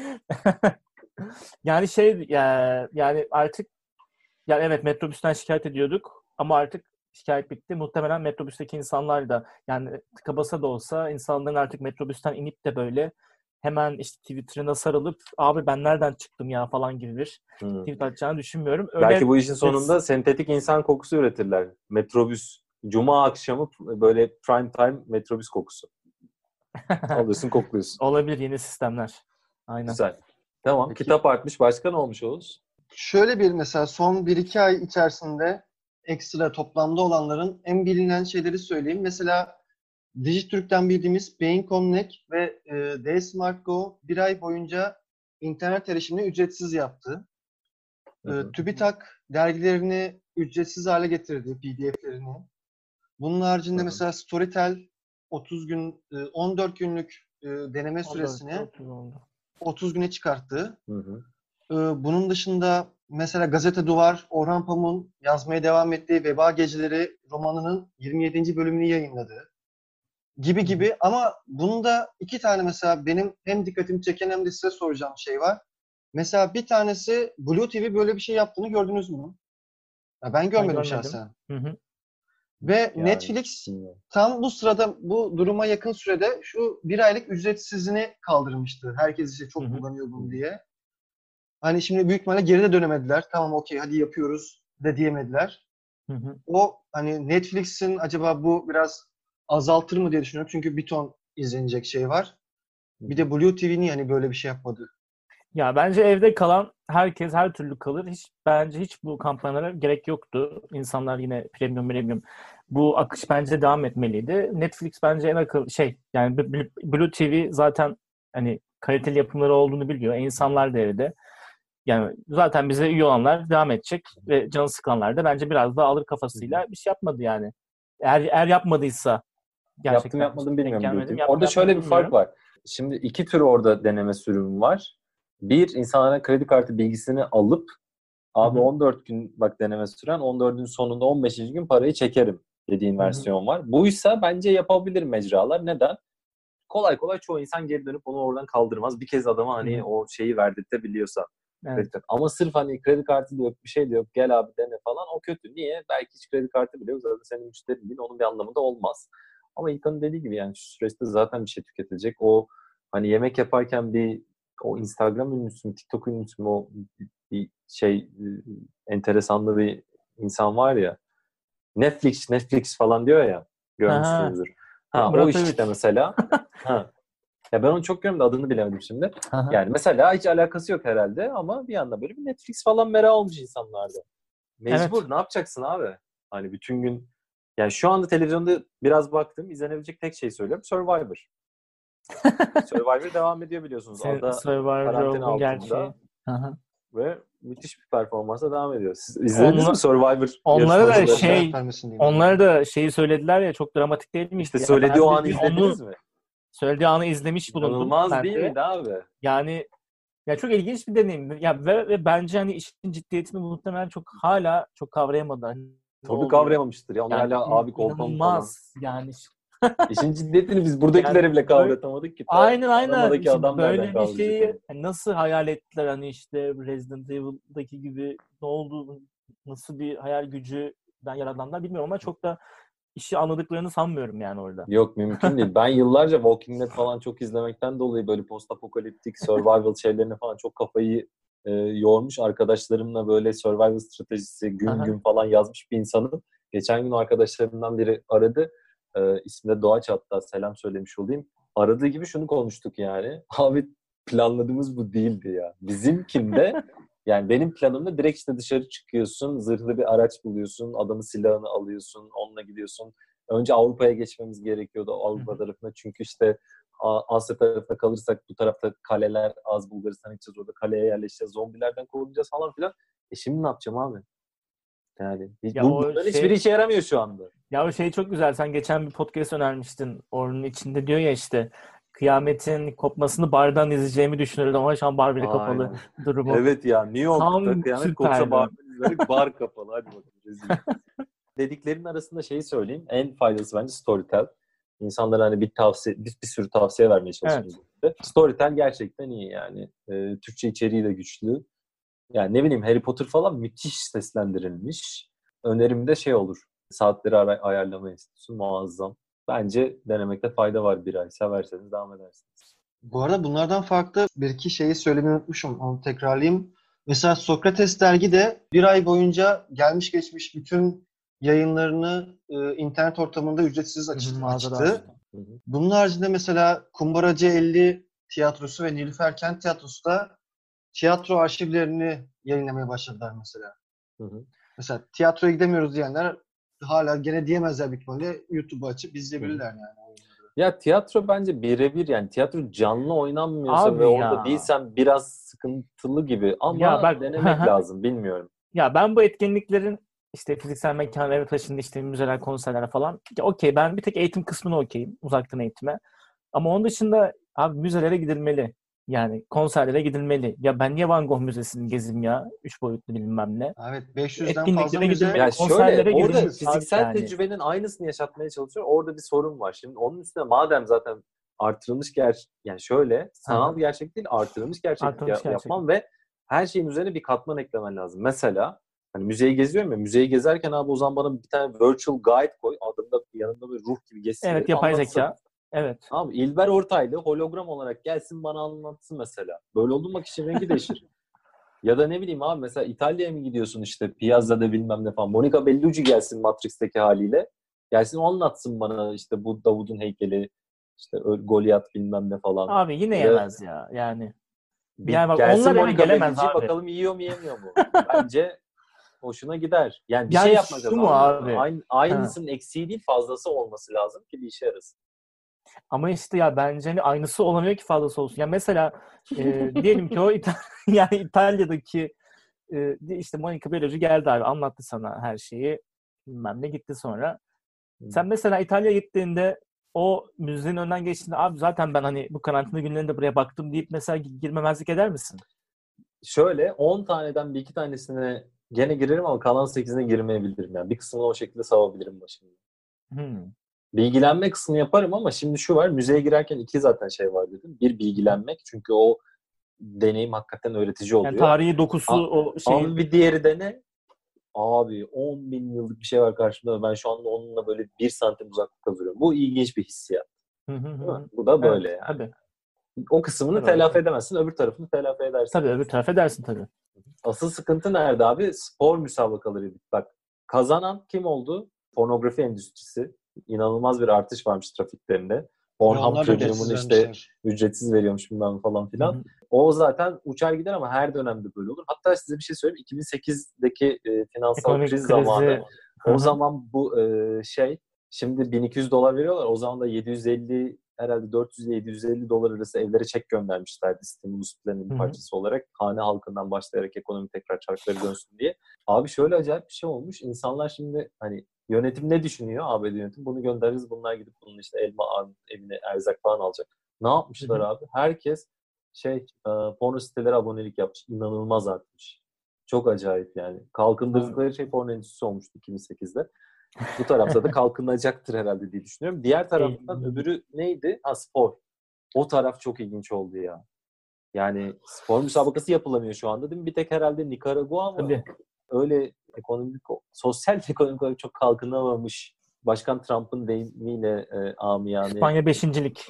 [SPEAKER 2] yani şey ya, yani artık yani evet metrobüsten şikayet ediyorduk ama artık şikayet bitti. Muhtemelen metrobüsteki insanlar da yani tıka basa da olsa insanların artık metrobüsten inip de böyle hemen işte Twitter'ına sarılıp abi ben nereden çıktım ya falan gibi bir
[SPEAKER 3] Hmm.
[SPEAKER 2] tweet atacağını düşünmüyorum.
[SPEAKER 3] Belki
[SPEAKER 2] Öyle
[SPEAKER 3] bu işin sonunda sentetik insan kokusu üretirler. Metrobüs. Cuma akşamı böyle prime time metrobüs kokusu. Alıyorsun, kokluyorsun.
[SPEAKER 2] olabilir yeni sistemler. Aynen.
[SPEAKER 3] Güzel. Tamam.
[SPEAKER 1] Peki
[SPEAKER 3] Kitap artmış. Başka ne olmuş Oğuz?
[SPEAKER 1] şöyle bir mesela son bir iki ay içerisinde ekstra toplamda olanların en bilinen şeyleri söyleyeyim. Mesela Dijitürk'ten bildiğimiz Beyin Connect ve e, D-Smart Go bir ay boyunca internet erişimini ücretsiz yaptı.
[SPEAKER 3] Hı
[SPEAKER 1] E,
[SPEAKER 3] hı.
[SPEAKER 1] TÜBİTAK dergilerini ücretsiz hale getirdi, P D F'lerini. Bunun haricinde
[SPEAKER 3] Hı hı.
[SPEAKER 1] mesela Storytel otuz gün, e, on dört günlük e, deneme
[SPEAKER 2] on dört
[SPEAKER 1] süresini
[SPEAKER 2] otuz oldu.
[SPEAKER 1] otuz güne çıkarttı.
[SPEAKER 3] Hı hı.
[SPEAKER 1] E, bunun dışında mesela Gazete Duvar, Orhan Pamuk'un yazmaya devam ettiği Veba Geceleri romanının yirmi yedinci bölümünü yayınladı. Gibi gibi ama bunda iki tane mesela benim hem dikkatimi çeken hem de size soracağım şey var. Mesela bir tanesi Blue T V böyle bir şey yaptığını gördünüz mü? Ya ben
[SPEAKER 2] Ben
[SPEAKER 1] görmedim
[SPEAKER 2] görmedim.
[SPEAKER 1] şahsen.
[SPEAKER 2] Hı hı.
[SPEAKER 1] Ve
[SPEAKER 3] Yani
[SPEAKER 1] Netflix
[SPEAKER 3] bilmiyorum.
[SPEAKER 1] tam bu sırada bu duruma yakın sürede şu bir aylık ücretsizini kaldırmıştı. Herkes işte
[SPEAKER 2] Hı
[SPEAKER 1] çok
[SPEAKER 2] hı.
[SPEAKER 1] kullanıyor
[SPEAKER 3] Hı
[SPEAKER 1] bunu
[SPEAKER 3] hı.
[SPEAKER 1] diye. Hani şimdi büyük ihtimalle geri de dönemediler. Tamam okey hadi yapıyoruz de diyemediler.
[SPEAKER 2] Hı hı.
[SPEAKER 1] O hani Netflix'in acaba bu biraz azaltır mı diye düşünüyorum. Çünkü bir ton izlenecek şey var. Bir de Blue T V niye hani böyle bir şey yapmadı?
[SPEAKER 2] Ya bence evde kalan herkes her türlü kalır. Hiç bence hiç bu kampanyalara gerek yoktu. İnsanlar yine premium premium. Bu akış bence devam etmeliydi. Netflix bence en akıllı şey yani B- B- Blue T V zaten hani kaliteli yapımları olduğunu biliyor. E, İnsanlar da evde. Yani zaten bize üye olanlar devam edecek ve canı sıkılanlar da bence biraz daha alır kafasıyla bir şey yapmadı yani. Eğer eğer yapmadıysa
[SPEAKER 3] Yaptım
[SPEAKER 2] gerçekten
[SPEAKER 3] yapmadım
[SPEAKER 2] denk
[SPEAKER 3] bilmiyorum Blue
[SPEAKER 2] gelmedim.
[SPEAKER 3] T V.
[SPEAKER 2] Yaptım
[SPEAKER 3] Orada şöyle
[SPEAKER 2] yapmadım
[SPEAKER 3] bir fark
[SPEAKER 2] bilmiyorum.
[SPEAKER 3] var. Şimdi iki tür orada deneme sürümü var. Bir, insanların kredi kartı bilgisini alıp abi
[SPEAKER 2] Hı hı.
[SPEAKER 3] on dört gün bak deneme süren, on dördün sonunda on beşinci gün parayı çekerim dediğin
[SPEAKER 2] Hı hı.
[SPEAKER 3] versiyon var. Buysa bence yapabilir mecralar. Neden? Kolay kolay çoğu insan geri dönüp onu oradan kaldırmaz. Bir kez adama
[SPEAKER 2] Hı
[SPEAKER 3] hani
[SPEAKER 2] hı.
[SPEAKER 3] o şeyi verdirtebiliyorsa.
[SPEAKER 2] Evet.
[SPEAKER 3] Kredi kartı. Ama sırf hani kredi kartı da yok, bir şey de yok, gel abi dene falan, o kötü. Niye? Belki hiç kredi kartı bile yok. Zaten senin müşterin değil. Onun bir anlamı da olmaz. Ama İlkan'ın dediği gibi yani şu süreçte zaten bir şey tüketilecek. O hani yemek yaparken bir o Instagram ünlüsü mü, TikTok ünlüsü mü, o bir, bir şey e, enteresanlı bir insan var ya. Netflix, Netflix falan diyor ya.
[SPEAKER 2] Aha.
[SPEAKER 3] Görmüşsünüzdür. Ha o
[SPEAKER 2] Murat
[SPEAKER 3] iş işte
[SPEAKER 2] Övüç.
[SPEAKER 3] mesela. Ha. Ya ben onu çok görüyorum da adını bilemedim şimdi.
[SPEAKER 2] Aha.
[SPEAKER 3] Yani mesela hiç alakası yok herhalde ama bir anda böyle bir Netflix falan merak olmuş insanlarda.
[SPEAKER 2] Evet.
[SPEAKER 3] Mecbur, ne yapacaksın abi? Hani bütün gün, yani şu anda televizyonda biraz baktım, izlenebilecek tek şey söylüyorum: Survivor. Survivor devam ediyor biliyorsunuz.
[SPEAKER 2] Senin
[SPEAKER 3] Ada
[SPEAKER 2] Survivor
[SPEAKER 3] karantina
[SPEAKER 2] olduğun gerçeği.
[SPEAKER 3] altında
[SPEAKER 2] Aha.
[SPEAKER 3] ve müthiş bir performansa devam ediyor. Siz izlediniz mi
[SPEAKER 2] Onla,
[SPEAKER 3] Survivor
[SPEAKER 2] onlara da
[SPEAKER 1] Yok Allah
[SPEAKER 3] yarışmacılarını?
[SPEAKER 2] şey
[SPEAKER 1] göstermesin diyeyim ben de.
[SPEAKER 2] onlara da şeyi söylediler ya çok dramatik değil
[SPEAKER 3] İşte
[SPEAKER 2] miydi ya?
[SPEAKER 3] söylediği
[SPEAKER 2] Ben
[SPEAKER 3] o
[SPEAKER 2] bir
[SPEAKER 3] anı
[SPEAKER 2] gün onu
[SPEAKER 3] izlediniz mi?
[SPEAKER 2] söylediği anı izlemiş bulundum
[SPEAKER 3] İnanılmaz
[SPEAKER 2] ben
[SPEAKER 3] değil
[SPEAKER 2] de.
[SPEAKER 3] miydi abi?
[SPEAKER 2] Yani ya çok ilginç bir deneyim. Ya ve, ve bence hani işin ciddiyetini muhtemelen çok hala çok kavrayamadılar. Ne
[SPEAKER 3] Tabii
[SPEAKER 2] oluyor?
[SPEAKER 3] kavrayamamıştır ya. Onlar
[SPEAKER 2] Yani
[SPEAKER 3] hala
[SPEAKER 2] in-
[SPEAKER 3] abi kolpam falan.
[SPEAKER 2] inanılmaz yani.
[SPEAKER 3] İşin ciddiyetini biz
[SPEAKER 2] Yani
[SPEAKER 3] buradakilere bile
[SPEAKER 2] böyle
[SPEAKER 3] kavratamadık ki. Ta
[SPEAKER 2] aynen aynen.
[SPEAKER 3] Panama'daki
[SPEAKER 2] İşte
[SPEAKER 3] adam nereden
[SPEAKER 2] böyle bir
[SPEAKER 3] kavrayacak
[SPEAKER 2] şeyi
[SPEAKER 3] onu?
[SPEAKER 2] nasıl hayal ettiler hani işte Resident Evil'daki gibi ne oldu, nasıl bir hayal gücüden yaradanlar bilmiyorum ama çok da işi anladıklarını sanmıyorum yani orada.
[SPEAKER 3] Yok, mümkün değil. Ben yıllarca Walking Dead falan çok izlemekten dolayı böyle post apokaliptik survival şeylerine falan çok kafayı e, yormuş arkadaşlarımla böyle survival stratejisi gün
[SPEAKER 2] Aha.
[SPEAKER 3] gün falan yazmış bir insanım. Geçen gün arkadaşlarımdan biri aradı. E, ismi de Doğaç, hatta selam söylemiş olayım. Aradığı gibi şunu konuştuk yani. Abi planladığımız bu değildi ya. Bizimkinde yani benim planımda direkt işte dışarı çıkıyorsun, zırhlı bir araç buluyorsun, adamın silahını alıyorsun, onunla gidiyorsun. Önce Avrupa'ya geçmemiz gerekiyordu,
[SPEAKER 2] Hı
[SPEAKER 3] Avrupa
[SPEAKER 2] hı.
[SPEAKER 3] tarafına. Çünkü işte A- Asya tarafına kalırsak bu tarafta kaleler az, Bulgaristan'a gideceğiz, orada kaleye yerleşeceğiz, zombilerden korunacağız falan filan. E şimdi ne yapacağım abi? Yani hiç-
[SPEAKER 2] Ya
[SPEAKER 3] bu,
[SPEAKER 2] o
[SPEAKER 3] bunların hiçbiri
[SPEAKER 2] şey
[SPEAKER 3] işe yaramıyor şu anda.
[SPEAKER 2] ya o şey çok güzel. Sen geçen bir podcast önermiştin. Onun içinde diyor ya işte kıyametin kopmasını bardan izleyeceğimi düşünürdüm ama şu an bar bile kapalı
[SPEAKER 3] Aynen.
[SPEAKER 2] durumu.
[SPEAKER 3] Evet ya, New York'ta
[SPEAKER 2] Tam
[SPEAKER 3] kıyamet kopsa
[SPEAKER 2] süperdi o.
[SPEAKER 3] bardan izlemek, bar kapalı. Hadi bakalım, rezil. Dediklerin arasında şeyi söyleyeyim. En faydalısı bence Storytel. İnsanlara hani bir tavsiye, bir, bir sürü tavsiye vermeye çalıştım.
[SPEAKER 2] Evet.
[SPEAKER 3] burada. Storytel gerçekten iyi yani. Ee, Türkçe içeriği de güçlü. Yani ne bileyim, Harry Potter falan müthiş seslendirilmiş. Önerim de şey olur: Saatleri Ara- Ayarlama Enstitüsü muazzam. Bence denemekte fayda var bir ay. Severseniz devam edersiniz.
[SPEAKER 1] Bu arada bunlardan farklı bir iki şeyi söylemeyi unutmuşum. Onu tekrarlayayım. Mesela Sokrates dergi de bir ay boyunca gelmiş geçmiş bütün yayınlarını e, internet ortamında ücretsiz
[SPEAKER 2] Hı hı,
[SPEAKER 1] aç-
[SPEAKER 2] mağazada
[SPEAKER 1] açtı.
[SPEAKER 2] açtım.
[SPEAKER 3] Hı hı.
[SPEAKER 1] Bunun haricinde mesela Kumbaracı elli tiyatrosu ve Nilüfer Kent Tiyatrosu da tiyatro arşivlerini yayınlamaya başladılar mesela.
[SPEAKER 3] Hı hı.
[SPEAKER 1] Mesela tiyatroya gidemiyoruz diyenler hala gene diyemezler büyük ihtimalle YouTube'u açıp
[SPEAKER 3] Hı hı.
[SPEAKER 1] izleyebilirler yani oyunları.
[SPEAKER 3] Ya tiyatro bence birebir, yani tiyatro canlı oynanmıyorsa ve
[SPEAKER 2] Abi ya.
[SPEAKER 3] orada değilsen biraz sıkıntılı gibi,
[SPEAKER 2] Ya
[SPEAKER 3] ama
[SPEAKER 2] bak
[SPEAKER 3] denemek lazım, bilmiyorum.
[SPEAKER 2] ya ben bu etkinliklerin işte fiziksel mekanlara taşındı işte müzeler, konserler falan. Ya okey ben bir tek eğitim kısmını okeyim. Uzaktan eğitime. Ama onun dışında abi müzelere gidilmeli. Yani konserlere gidilmeli. Ya ben niye Van Gogh Müzesi'ni gezeyim ya? Üç boyutlu bilmem ne.
[SPEAKER 1] Evet, beş yüzden fazla
[SPEAKER 2] Etkinliklere
[SPEAKER 1] müze
[SPEAKER 2] gidilmeli.
[SPEAKER 3] Ya şöyle,
[SPEAKER 2] Konserlere
[SPEAKER 3] orada
[SPEAKER 2] gidilmeli
[SPEAKER 1] ücretsiz.
[SPEAKER 2] abi
[SPEAKER 3] fiziksel
[SPEAKER 2] yani.
[SPEAKER 3] tecrübenin aynısını yaşatmaya çalışıyor. Orada bir sorun var. Şimdi onun üstüne madem zaten artırılmış ger yani şöyle sanal
[SPEAKER 2] Aha.
[SPEAKER 3] gerçek değil, artırılmış gerçeklik
[SPEAKER 2] Artırılmış
[SPEAKER 3] ya-
[SPEAKER 2] gerçeklik.
[SPEAKER 3] yapman ve her şeyin üzerine bir katman eklemen lazım. Mesela hani müzeyi geziyorum ya, müzeyi gezerken abi o zaman bana bir tane virtual guide koy. Adında yanında bir ruh gibi geçsin,
[SPEAKER 2] Evet
[SPEAKER 3] herif
[SPEAKER 2] yapay
[SPEAKER 3] anlatsın.
[SPEAKER 2] zeka. Evet.
[SPEAKER 3] Abi İlber Ortaylı hologram olarak gelsin bana anlatsın mesela. Böyle oldu mu bak işin rengi değişir. Ya da ne bileyim abi mesela İtalya'ya mı gidiyorsun işte Piazza'da bilmem ne falan. Monica Bellucci gelsin Matrix'teki haliyle. Gelsin o anlatsın bana işte bu Davud'un heykeli, işte Goliath bilmem ne falan.
[SPEAKER 2] Abi yine
[SPEAKER 3] Ya da
[SPEAKER 2] yemez ya yani.
[SPEAKER 3] bir
[SPEAKER 2] Yani bak
[SPEAKER 3] gelsin
[SPEAKER 2] onlar eve
[SPEAKER 3] Monica
[SPEAKER 2] gelemez
[SPEAKER 3] Bellucci
[SPEAKER 2] abi.
[SPEAKER 3] bakalım yiyor mu yemiyor mu? Bence hoşuna gider. Yani bir şey
[SPEAKER 2] Yani
[SPEAKER 3] yapmak
[SPEAKER 2] şu
[SPEAKER 3] lazım
[SPEAKER 2] mu
[SPEAKER 3] anladın mı?
[SPEAKER 2] abi?
[SPEAKER 3] Aynı,
[SPEAKER 2] Ha.
[SPEAKER 3] aynısının eksiği değil fazlası olması lazım ki bir işe yarasın.
[SPEAKER 2] Ama işte ya bence hani aynısı olamıyor ki fazlası olsun. Ya mesela e, diyelim ki o İta- yani İtalya'daki e, işte Monica Bellucci geldi abi anlattı sana her şeyi. Bilmem ne gitti sonra. Sen mesela İtalya'ya gittiğinde o müzenin önünden geçtiğinde abi zaten ben hani bu karantina günlerinde buraya baktım deyip mesela girmemezlik eder misin?
[SPEAKER 3] Şöyle on taneden bir iki tanesine gene girerim ama kalan sekizine girmeyebilirim. Yani bir kısmını o şekilde savabilirim başımda.
[SPEAKER 2] Hmm.
[SPEAKER 3] Bilgilenme kısmını yaparım ama şimdi şu var. Müzeye girerken iki zaten şey var dedim. Bir bilgilenmek çünkü o deneyim hakikaten öğretici
[SPEAKER 2] Yani
[SPEAKER 3] oluyor.
[SPEAKER 2] tarihi dokusu
[SPEAKER 3] A-
[SPEAKER 2] o
[SPEAKER 3] Ama
[SPEAKER 2] şeyin.
[SPEAKER 3] bir diğeri de ne? Abi on bin yıllık bir şey var karşımda ve ben şu anda onunla böyle bir santim uzaklıkta duruyorum. Bu ilginç bir hissiyat.
[SPEAKER 2] Hı hı hı
[SPEAKER 3] Değil mi?
[SPEAKER 2] hı.
[SPEAKER 3] Bu da
[SPEAKER 2] Evet
[SPEAKER 3] böyle yani.
[SPEAKER 2] tabii.
[SPEAKER 3] O kısmını
[SPEAKER 2] Tabii öyle.
[SPEAKER 3] telafi edemezsin, öbür tarafını telafi edersin.
[SPEAKER 2] Tabii öbür taraf edersin tabii.
[SPEAKER 3] Asıl sıkıntı nerede abi? Spor müsabakaları. Bak kazanan kim oldu? Pornografi endüstrisi. İnanılmaz bir artış varmış trafiklerinde.
[SPEAKER 1] Ve
[SPEAKER 3] Pornhub
[SPEAKER 1] onlar da
[SPEAKER 3] Premium'unu
[SPEAKER 1] ücretsiz
[SPEAKER 3] işte
[SPEAKER 1] vermişler.
[SPEAKER 3] ücretsiz veriyormuş bilmem falan
[SPEAKER 2] Hı
[SPEAKER 3] filan.
[SPEAKER 2] hı.
[SPEAKER 3] O zaten uçar gider ama her dönemde böyle olur. Hatta size bir şey söyleyeyim. iki bin sekizdeki e, finansal
[SPEAKER 2] Ekonomik
[SPEAKER 3] kriz zamanı
[SPEAKER 2] krizi. Hı
[SPEAKER 3] o
[SPEAKER 2] hı.
[SPEAKER 3] zaman bu e, şey şimdi bin iki yüz dolar veriyorlar. O zaman da yedi yüz elli herhalde dört yüz ile yedi yüz elli dolar arası evlere çek göndermişlerdi stimulus planının bir
[SPEAKER 2] Hı hı.
[SPEAKER 3] parçası olarak. Hane halkından başlayarak ekonomi tekrar çarkları dönsün diye. Abi şöyle acayip bir şey olmuş. İnsanlar şimdi hani yönetim ne düşünüyor? A B D yönetim bunu göndeririz. Bunlar gidip bunun işte elma, armut, evine erzak falan alacak. Ne
[SPEAKER 2] Hı
[SPEAKER 3] yapmışlar
[SPEAKER 2] hı.
[SPEAKER 3] abi? Herkes şey e, porno sitelere abonelik yapmış. İnanılmaz artmış. Çok acayip yani. Kalkındırdıkları şey porno endüstrisi olmuştu iki bin sekizde. Bu tarafta da kalkınacaktır herhalde diye düşünüyorum. Diğer taraftan
[SPEAKER 2] Ee,
[SPEAKER 3] öbürü neydi? Ha spor. O taraf çok ilginç oldu ya. Yani spor müsabakası yapılamıyor şu anda değil mi? Bir tek herhalde Nikaragua mı?
[SPEAKER 2] tabii.
[SPEAKER 3] Öyle ekonomik, sosyal ekonomik olarak çok kalkınamamış. Başkan Trump'ın deyimiyle e, amiyane
[SPEAKER 2] İspanya beşincilik.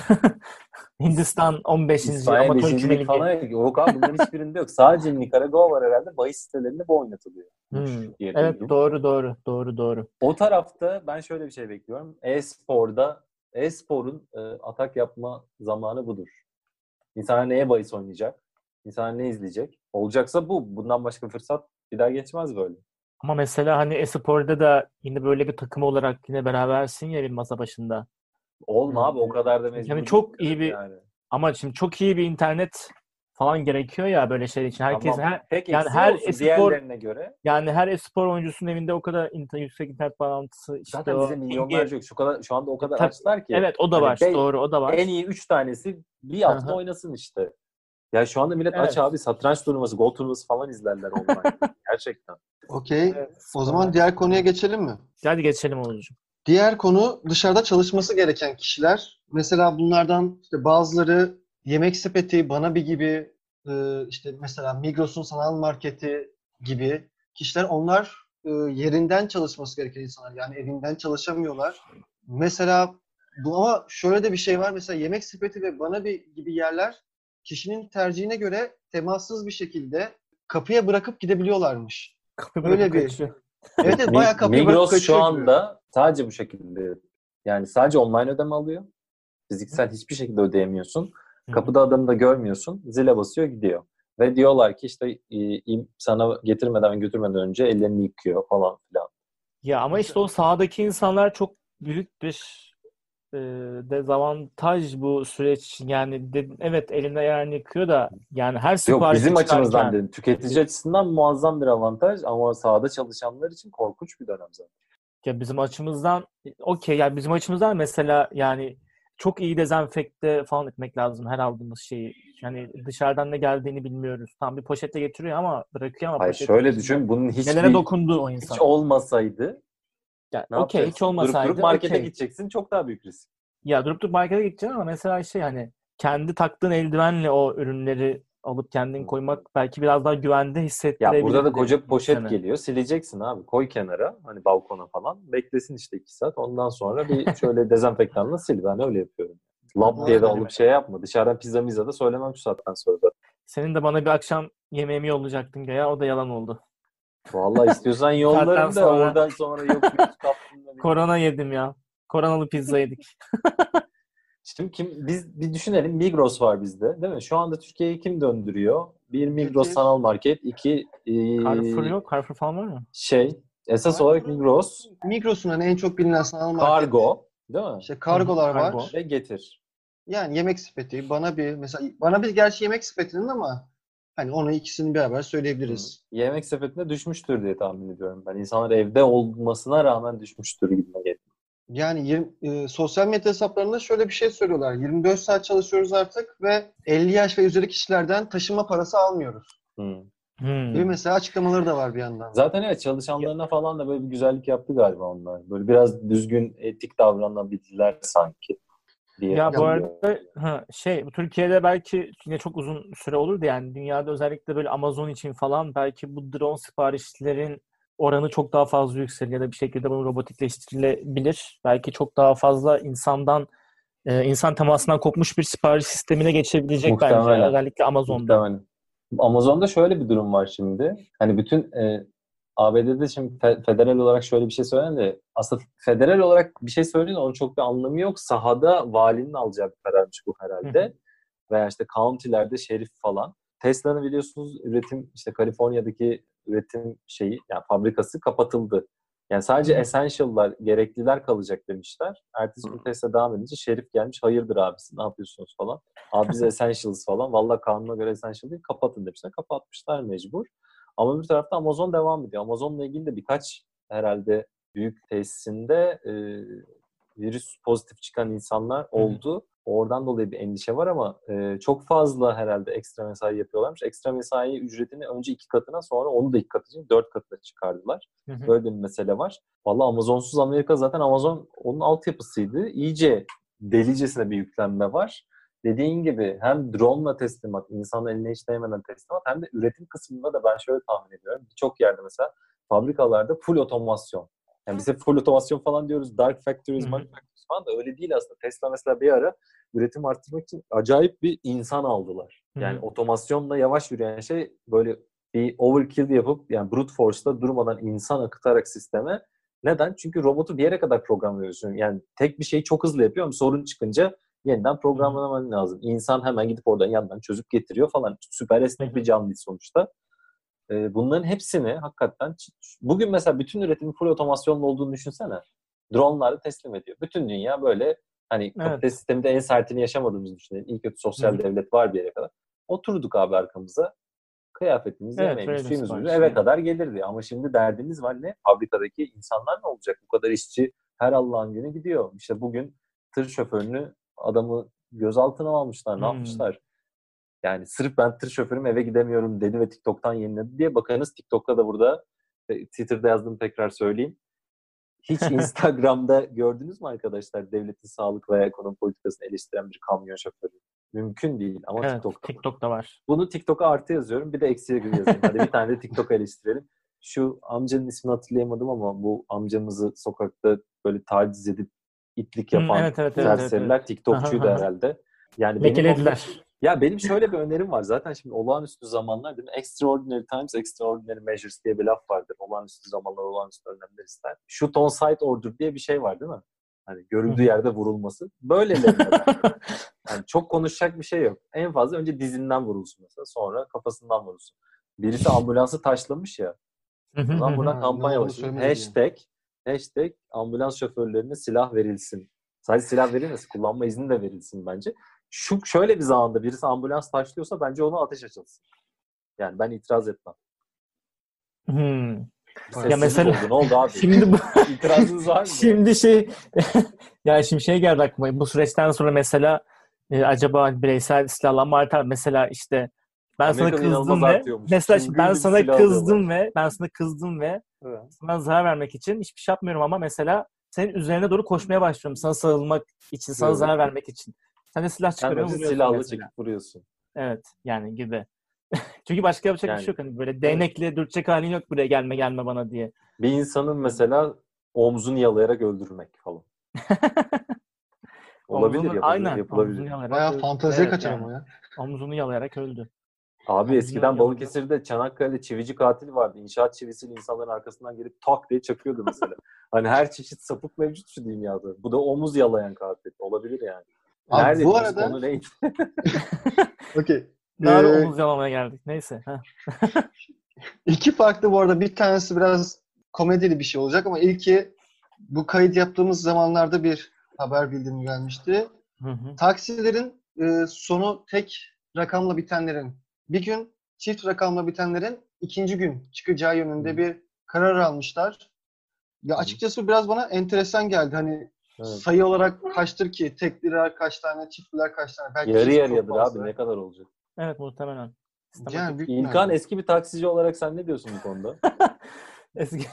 [SPEAKER 2] Hindistan on beşinci.
[SPEAKER 3] İspanya
[SPEAKER 2] Amatör küme
[SPEAKER 3] beşincilik
[SPEAKER 2] ligi.
[SPEAKER 3] falan yok. Yok abi bunların hiçbirinde yok. Sadece Nikaragua var herhalde. Bahis sitelerinde bu oynatılıyormuş
[SPEAKER 2] Hmm.
[SPEAKER 3] diye
[SPEAKER 2] Evet
[SPEAKER 3] duydum.
[SPEAKER 2] doğru doğru doğru doğru.
[SPEAKER 3] O tarafta ben şöyle bir şey bekliyorum. E-sporda e-sporun e, atak yapma zamanı budur. İnsanlar neye bahis oynayacak? İnsanlar ne izleyecek? Olacaksa bu. Bundan başka fırsat bir daha geçmez böyle.
[SPEAKER 2] Ama mesela hani e-sporda da yine böyle bir takım olarak yine berabersin ya bir masa başında. Ee,
[SPEAKER 3] Olma abi o kadar da
[SPEAKER 2] yani
[SPEAKER 3] mecbur
[SPEAKER 2] çok iyi
[SPEAKER 3] değiller
[SPEAKER 2] bir
[SPEAKER 3] yani.
[SPEAKER 2] ama şimdi çok iyi bir internet falan gerekiyor ya böyle şey için. Herkes
[SPEAKER 3] Tamam.
[SPEAKER 2] her
[SPEAKER 3] Tek
[SPEAKER 2] yani
[SPEAKER 3] eksiği
[SPEAKER 2] her
[SPEAKER 3] olsun
[SPEAKER 2] e-spor
[SPEAKER 3] diğerlerine göre.
[SPEAKER 2] yani her e-spor oyuncusunun evinde o kadar inter, yüksek internet bağlantısı işte
[SPEAKER 3] Zaten bize
[SPEAKER 2] o pingi.
[SPEAKER 3] milyonlarca yok. Şu kadar şu anda o
[SPEAKER 2] E,
[SPEAKER 3] kadar
[SPEAKER 2] tab-
[SPEAKER 3] açlar ki
[SPEAKER 2] evet o da
[SPEAKER 3] hani
[SPEAKER 2] var.
[SPEAKER 3] be,
[SPEAKER 2] Doğru o da
[SPEAKER 3] en
[SPEAKER 2] var.
[SPEAKER 3] iyi üç tanesi bir
[SPEAKER 2] Hı
[SPEAKER 3] hafta
[SPEAKER 2] hı.
[SPEAKER 3] oynasın işte. Ya şu anda millet aç
[SPEAKER 2] Evet.
[SPEAKER 3] abi satranç turnuvası, gol turnuvası falan izlerler online. Gerçekten.
[SPEAKER 1] Okey.
[SPEAKER 2] Evet.
[SPEAKER 1] O zaman
[SPEAKER 2] Sonra
[SPEAKER 1] diğer konuya geçelim mi?
[SPEAKER 2] hadi geçelim Oğuzcuğum.
[SPEAKER 1] Diğer konu dışarıda çalışması gereken kişiler. Mesela bunlardan işte bazıları Yemek Sepeti, Banabi gibi e, işte mesela Migros'un sanal marketi gibi kişiler onlar e, yerinden çalışması gereken insanlar. Yani evinden çalışamıyorlar. Mesela bu ama şöyle de bir şey var. Mesela Yemek Sepeti ve Banabi gibi yerler kişinin tercihine göre temassız bir şekilde kapıya bırakıp gidebiliyorlarmış.
[SPEAKER 2] Kapıyı bırakıp
[SPEAKER 1] Öyle bir
[SPEAKER 2] kaçıyor.
[SPEAKER 1] evet, evet
[SPEAKER 3] Mi-
[SPEAKER 1] bayağı kapıya bırakıp
[SPEAKER 3] Migros şu
[SPEAKER 1] kaçıyor gibi.
[SPEAKER 3] anda sadece bu şekilde yani sadece online ödeme alıyor. Fiziksel hiçbir şekilde ödeyemiyorsun.
[SPEAKER 2] Hı hı.
[SPEAKER 3] Kapıda adamı da görmüyorsun. Zile basıyor gidiyor. Ve diyorlar ki işte e, sana getirmeden ve götürmeden önce ellerini yıkıyor falan filan.
[SPEAKER 2] Ya ama işte
[SPEAKER 1] Mesela
[SPEAKER 2] o sahadaki insanlar çok büyük bir e, dezavantaj bu süreç için. Yani de- evet elinde ayağını yıkıyor da yani her
[SPEAKER 3] Yok
[SPEAKER 2] siparişi
[SPEAKER 3] bizim açımızdan
[SPEAKER 2] çıkarken
[SPEAKER 3] dedim. Tüketici açısından muazzam bir avantaj ama sahada çalışanlar için korkunç bir dönem zaten.
[SPEAKER 2] ya bizim açımızdan okey yani bizim açımızdan mesela yani çok iyi dezenfekte falan etmek lazım her aldığımız şeyi. Yani dışarıdan ne geldiğini bilmiyoruz. Tam bir poşetle getiriyor ama bırakıyor ama
[SPEAKER 3] Hayır
[SPEAKER 2] poşetin
[SPEAKER 3] şöyle
[SPEAKER 2] içinde
[SPEAKER 3] düşün. Bunun
[SPEAKER 2] nelere
[SPEAKER 3] hiçbir
[SPEAKER 2] dokundu o
[SPEAKER 3] hiç
[SPEAKER 2] insan.
[SPEAKER 3] olmasaydı
[SPEAKER 2] Yani
[SPEAKER 3] ne
[SPEAKER 2] okey hiç
[SPEAKER 3] yapacaksın? Durup durup
[SPEAKER 2] olmasaydı
[SPEAKER 3] markete
[SPEAKER 2] okey.
[SPEAKER 3] gideceksin. Çok daha büyük risk.
[SPEAKER 2] Ya durup durup markete gideceksin ama mesela şey hani kendi taktığın eldivenle o ürünleri alıp kendin
[SPEAKER 3] Hı.
[SPEAKER 2] koymak belki biraz daha güvende
[SPEAKER 3] Ya burada da
[SPEAKER 2] hissettirebilirdi
[SPEAKER 3] koca bir poşet
[SPEAKER 2] insanı.
[SPEAKER 3] geliyor. Sileceksin abi. Koy kenara. Hani balkona falan. Beklesin işte iki saat. Ondan sonra bir şöyle dezenfektanla sil. Ben öyle yapıyorum. Lap
[SPEAKER 1] bu
[SPEAKER 3] diye de
[SPEAKER 1] arada
[SPEAKER 3] alıp şey yapma. Dışarıdan pizza mizza da söylemem şu saatten sonra da.
[SPEAKER 2] Senin de bana bir akşam yemeğimi yollayacaktın ya. O da yalan oldu.
[SPEAKER 3] Vallahi istiyorsan yollarım da
[SPEAKER 2] sonra...
[SPEAKER 3] oradan sonra yok virüs kaptım da.
[SPEAKER 2] Korona yedim ya. Koronalı pizza yedik.
[SPEAKER 3] Şimdi kim biz bir düşünelim. Migros var bizde, değil mi? Şu anda Türkiye'yi kim döndürüyor? Bir Migros
[SPEAKER 1] Getir.
[SPEAKER 3] sanal market, iki e,
[SPEAKER 2] Carrefour yok. Carrefour falan var mı?
[SPEAKER 3] Şey, esas olarak Migros,
[SPEAKER 1] Migros'un hani en çok bilinen sanal market.
[SPEAKER 3] Kargo, değil mi?
[SPEAKER 1] İşte kargolar
[SPEAKER 2] Hı hı, kargo.
[SPEAKER 1] var.
[SPEAKER 3] Ve Getir.
[SPEAKER 1] Yani yemek sepeti, bana bir mesela bana bir gerçi yemek sepetinin ama hani onu ikisini beraber söyleyebiliriz.
[SPEAKER 3] Hı. Yemek sepetine düşmüştür diye tahmin ediyorum ben. İnsanlar evde olmasına rağmen düşmüştür gibime geliyor.
[SPEAKER 1] Yani yirmi, e, sosyal medya hesaplarında şöyle bir şey söylüyorlar. yirmi dört saat çalışıyoruz artık ve elli yaş ve üzeri kişilerden taşınma parası almıyoruz.
[SPEAKER 3] Hı.
[SPEAKER 2] Hmm.
[SPEAKER 1] Gibi mesela açıklamaları da var bir yandan.
[SPEAKER 3] Zaten evet, çalışanlarına falan da böyle bir güzellik yaptı galiba onlar. Böyle biraz düzgün, etik davranabildiler sanki diye.
[SPEAKER 2] Ya bu
[SPEAKER 3] hatırlıyorum.
[SPEAKER 2] arada ha, şey Türkiye'de belki yine çok uzun süre olurdu yani dünyada özellikle böyle Amazon için falan belki bu drone siparişlerin oranı çok daha fazla yükselir ya da bir şekilde bunu robotikleştirilebilir. Belki çok daha fazla insandan e, insan temasından kopmuş bir sipariş sistemine geçebilecek bence
[SPEAKER 3] Muhtemelen.
[SPEAKER 2] özellikle Amazon'da.
[SPEAKER 3] Muhtemelen. Amazon'da şöyle bir durum var şimdi. Hani bütün e, A B D'de şimdi fe- federal olarak şöyle bir şey söylendi de aslında federal olarak bir şey söylediğinde onun çok bir anlamı yok. Sahada valinin alacağı bir kararmış bu herhalde.
[SPEAKER 2] Hı hı.
[SPEAKER 3] Veya işte county'lerde şerif falan. Tesla'nın biliyorsunuz üretim işte Kaliforniya'daki üretim şeyi yani fabrikası kapatıldı. Yani sadece
[SPEAKER 2] Hı hı.
[SPEAKER 3] essential'lar, gerekliler kalacak demişler. Ertesi gün Tesla devam edince şerif gelmiş. Hayırdır abisi ne yapıyorsunuz falan. Abi biz essentials falan. Vallahi kanuna göre essential değil. Kapatın demişler. Kapatmışlar mecbur. Ama bir tarafta Amazon devam ediyor. Amazon'la ilgili de birkaç herhalde büyük tesisinde e, virüs pozitif çıkan insanlar oldu. Oradan dolayı bir endişe var ama e, çok fazla herhalde ekstra mesai yapıyorlarmış. Ekstra mesai ücretini önce iki katına sonra onu da iki katı için dört katına çıkardılar.
[SPEAKER 2] Hı hı.
[SPEAKER 3] Böyle bir mesele var. Vallahi Amazonsuz Amerika zaten Amazon onun altyapısıydı. İyice delicesine bir yüklenme var. Dediğin gibi hem drone'la teslimat, insanın eline hiç değmeden teslimat hem de üretim kısmında da ben şöyle tahmin ediyorum. Birçok yerde mesela fabrikalarda full otomasyon. Yani biz hep full otomasyon falan diyoruz. Dark factories, dark factories falan da öyle değil aslında. Tesla mesela bir ara üretim arttırmak için acayip bir insan aldılar. Yani
[SPEAKER 2] Hı-hı.
[SPEAKER 3] otomasyonla yavaş yürüyen şey böyle bir overkill yapıp yani brute force'la durmadan insan akıtarak sisteme. Neden? Çünkü robotu bir yere kadar programlıyorsun. Yani tek bir şeyi çok hızlı yapıyor ama sorun çıkınca yeniden programlaman lazım. İnsan hemen gidip oradan yandan çözüp getiriyor falan. Süper esnek bir canlı sonuçta. Ee, bunların hepsini hakikaten bugün mesela bütün üretimin full otomasyonlu olduğunu düşünsene. Dronlarla teslim ediyor. Bütün dünya böyle hani kapitalist
[SPEAKER 2] Evet.
[SPEAKER 3] sistemde en sertini yaşamadığımızı düşünelim. İyi kötü sosyal
[SPEAKER 2] Hı-hı.
[SPEAKER 3] devlet var bir yere kadar. Oturduk abi arkamıza. Kıyafetimizi,
[SPEAKER 2] Evet,
[SPEAKER 3] yemeğimizi,
[SPEAKER 2] verelim
[SPEAKER 3] suyumuzu
[SPEAKER 2] siparişi.
[SPEAKER 3] eve kadar gelirdi. Ama şimdi derdimiz var ne? Fabrikadaki insanlar ne olacak? Bu kadar işçi her Allah'ın günü gidiyor. İşte bugün tır şoförünü adamı gözaltına almışlar. Ne
[SPEAKER 2] Hmm.
[SPEAKER 3] yapmışlar? Yani sırf ben tır şoförüm eve gidemiyorum dedi ve TikTok'tan yayınladı diye bakınız TikTok'ta da burada Twitter'da yazdım tekrar söyleyeyim. Hiç Instagram'da gördünüz mü arkadaşlar devletin sağlık veya ekonomi politikasını eleştiren bir kamyon şoförü? Mümkün değil ama
[SPEAKER 2] Evet,
[SPEAKER 3] TikTok'ta.
[SPEAKER 2] TikTok'ta var.
[SPEAKER 3] Bunu TikTok'a artı yazıyorum. Bir de eksiye gibi yazayım. Hadi bir tane de TikTok eleştirelim. Şu amcanın ismini hatırlayamadım ama bu amcamızı sokakta böyle taciz edip itlik
[SPEAKER 2] Hmm,
[SPEAKER 3] yapan
[SPEAKER 2] evet, evet, evet, evet,
[SPEAKER 3] serseriler
[SPEAKER 2] evet.
[SPEAKER 3] TikTokçuydu herhalde. Yani benim
[SPEAKER 2] Lekelediler.
[SPEAKER 3] ya benim şöyle bir önerim var. Zaten şimdi olağanüstü zamanlar değil mi? Extraordinary times, extraordinary measures diye bir laf vardır. Olağanüstü zamanlar, olağanüstü önlemler ister. Shoot on sight order diye bir şey var değil mi? Hani görüldüğü yerde vurulması. Böylelerine ben. Yani çok konuşacak bir şey yok. En fazla önce dizinden vurulsun mesela. Sonra kafasından vurulsun. Birisi ambulansı taşlamış ya. O zaman buradan
[SPEAKER 1] Ha, ne
[SPEAKER 3] kampanya
[SPEAKER 1] olduğunu
[SPEAKER 3] başlıyor.
[SPEAKER 1] söylemedi diye.
[SPEAKER 3] Hashtag, hashtag ambulans şoförlerine silah verilsin. Sadece silah verilmesin. Kullanma izni de verilsin bence. Şu şöyle bir zamanda birisi ambulans taşlıyorsa bence ona ateş açılsın. Yani ben itiraz etmem.
[SPEAKER 2] Hmm.
[SPEAKER 3] Bir
[SPEAKER 1] Ya
[SPEAKER 2] Ya
[SPEAKER 3] sessizlik
[SPEAKER 2] mesela
[SPEAKER 3] oldu. Ne oldu abi?
[SPEAKER 2] şimdi bu
[SPEAKER 3] İtirazınız var mı?
[SPEAKER 2] şimdi şey ya şimdi şey geldi aklıma. Bu süreçten sonra mesela e, acaba bireysel silahlanma artar mesela işte ben sana
[SPEAKER 3] Amerika'da inanılmaz
[SPEAKER 2] kızdım ve
[SPEAKER 3] artıyormuş.
[SPEAKER 2] mesela şimdi
[SPEAKER 3] Çıngır
[SPEAKER 2] ben
[SPEAKER 3] gibi
[SPEAKER 2] sana
[SPEAKER 3] silah alıyorlar.
[SPEAKER 2] kızdım ve ben sana kızdım ve
[SPEAKER 3] Evet.
[SPEAKER 2] sana zarar vermek için hiçbir şey yapmıyorum ama mesela senin üzerine doğru koşmaya başlıyorum. Sana sarılmak için, sana
[SPEAKER 3] Evet.
[SPEAKER 2] zarar vermek için. Sen de silah
[SPEAKER 3] Sen
[SPEAKER 2] çıkarıyorsun,
[SPEAKER 3] önce
[SPEAKER 2] vuruyorsun
[SPEAKER 3] silahla
[SPEAKER 2] mesela.
[SPEAKER 3] çekip vuruyorsun.
[SPEAKER 2] Evet, yani gibi. Çünkü başka yapacak bir şey
[SPEAKER 3] Yani
[SPEAKER 2] yok. Hani böyle
[SPEAKER 3] evet.
[SPEAKER 2] değnekle dürtecek halin yok buraya gelme gelme bana diye.
[SPEAKER 3] Bir insanın mesela omzunu yalayarak öldürmek falan. Olabilir,
[SPEAKER 2] Omzunu,
[SPEAKER 3] yapabilir,
[SPEAKER 2] aynen. Omzunu
[SPEAKER 3] yapılabilir.
[SPEAKER 2] yalayarak
[SPEAKER 1] Bayağı
[SPEAKER 2] öldü.
[SPEAKER 1] fanteziye
[SPEAKER 2] Evet
[SPEAKER 1] kaçar
[SPEAKER 2] yani.
[SPEAKER 1] ama ya.
[SPEAKER 2] Omzunu yalayarak öldü.
[SPEAKER 3] Abi
[SPEAKER 2] Yani
[SPEAKER 3] eskiden
[SPEAKER 2] yanında-
[SPEAKER 3] Balıkesir'de Çanakkale'de çivici katil vardı. İnşaat çivisiyle insanların arkasından gelip tak diye çakıyordu mesela. Hani her çeşit sapık mevcut şu dünyada. Bu da omuz yalayan katil. Olabilir yani.
[SPEAKER 1] Abi
[SPEAKER 3] Neredeydi
[SPEAKER 1] bu
[SPEAKER 3] biz?
[SPEAKER 1] arada
[SPEAKER 3] Konu neydi?
[SPEAKER 1] okey.
[SPEAKER 2] Ne ara
[SPEAKER 1] Ee,
[SPEAKER 2] omuz yalamaya geldik. Neyse. Heh.
[SPEAKER 1] iki farklı bu arada. Bir tanesi biraz komedili bir şey olacak ama ilki bu kayıt yaptığımız zamanlarda bir haber bildirimi gelmişti.
[SPEAKER 2] Hı hı.
[SPEAKER 1] Taksilerin e, sonu tek rakamla bitenlerin bir gün, çift rakamla bitenlerin ikinci gün çıkacağı yönünde
[SPEAKER 3] Hı.
[SPEAKER 1] bir karar almışlar. Ya
[SPEAKER 3] Hı.
[SPEAKER 1] açıkçası biraz bana enteresan geldi. Hani
[SPEAKER 3] Evet.
[SPEAKER 1] sayı olarak kaçtır ki? Tekliler kaç tane, çiftliler kaç tane? Belki
[SPEAKER 3] Yarı
[SPEAKER 1] hiç çok
[SPEAKER 3] yarıyadır
[SPEAKER 1] fazla.
[SPEAKER 3] abi. Ne kadar olacak?
[SPEAKER 2] Evet muhtemelen. Sistematik.
[SPEAKER 1] Yani büyük
[SPEAKER 3] İlkan
[SPEAKER 1] ihtimalle.
[SPEAKER 3] eski bir taksici olarak sen ne diyorsun bu konuda?
[SPEAKER 2] Eski.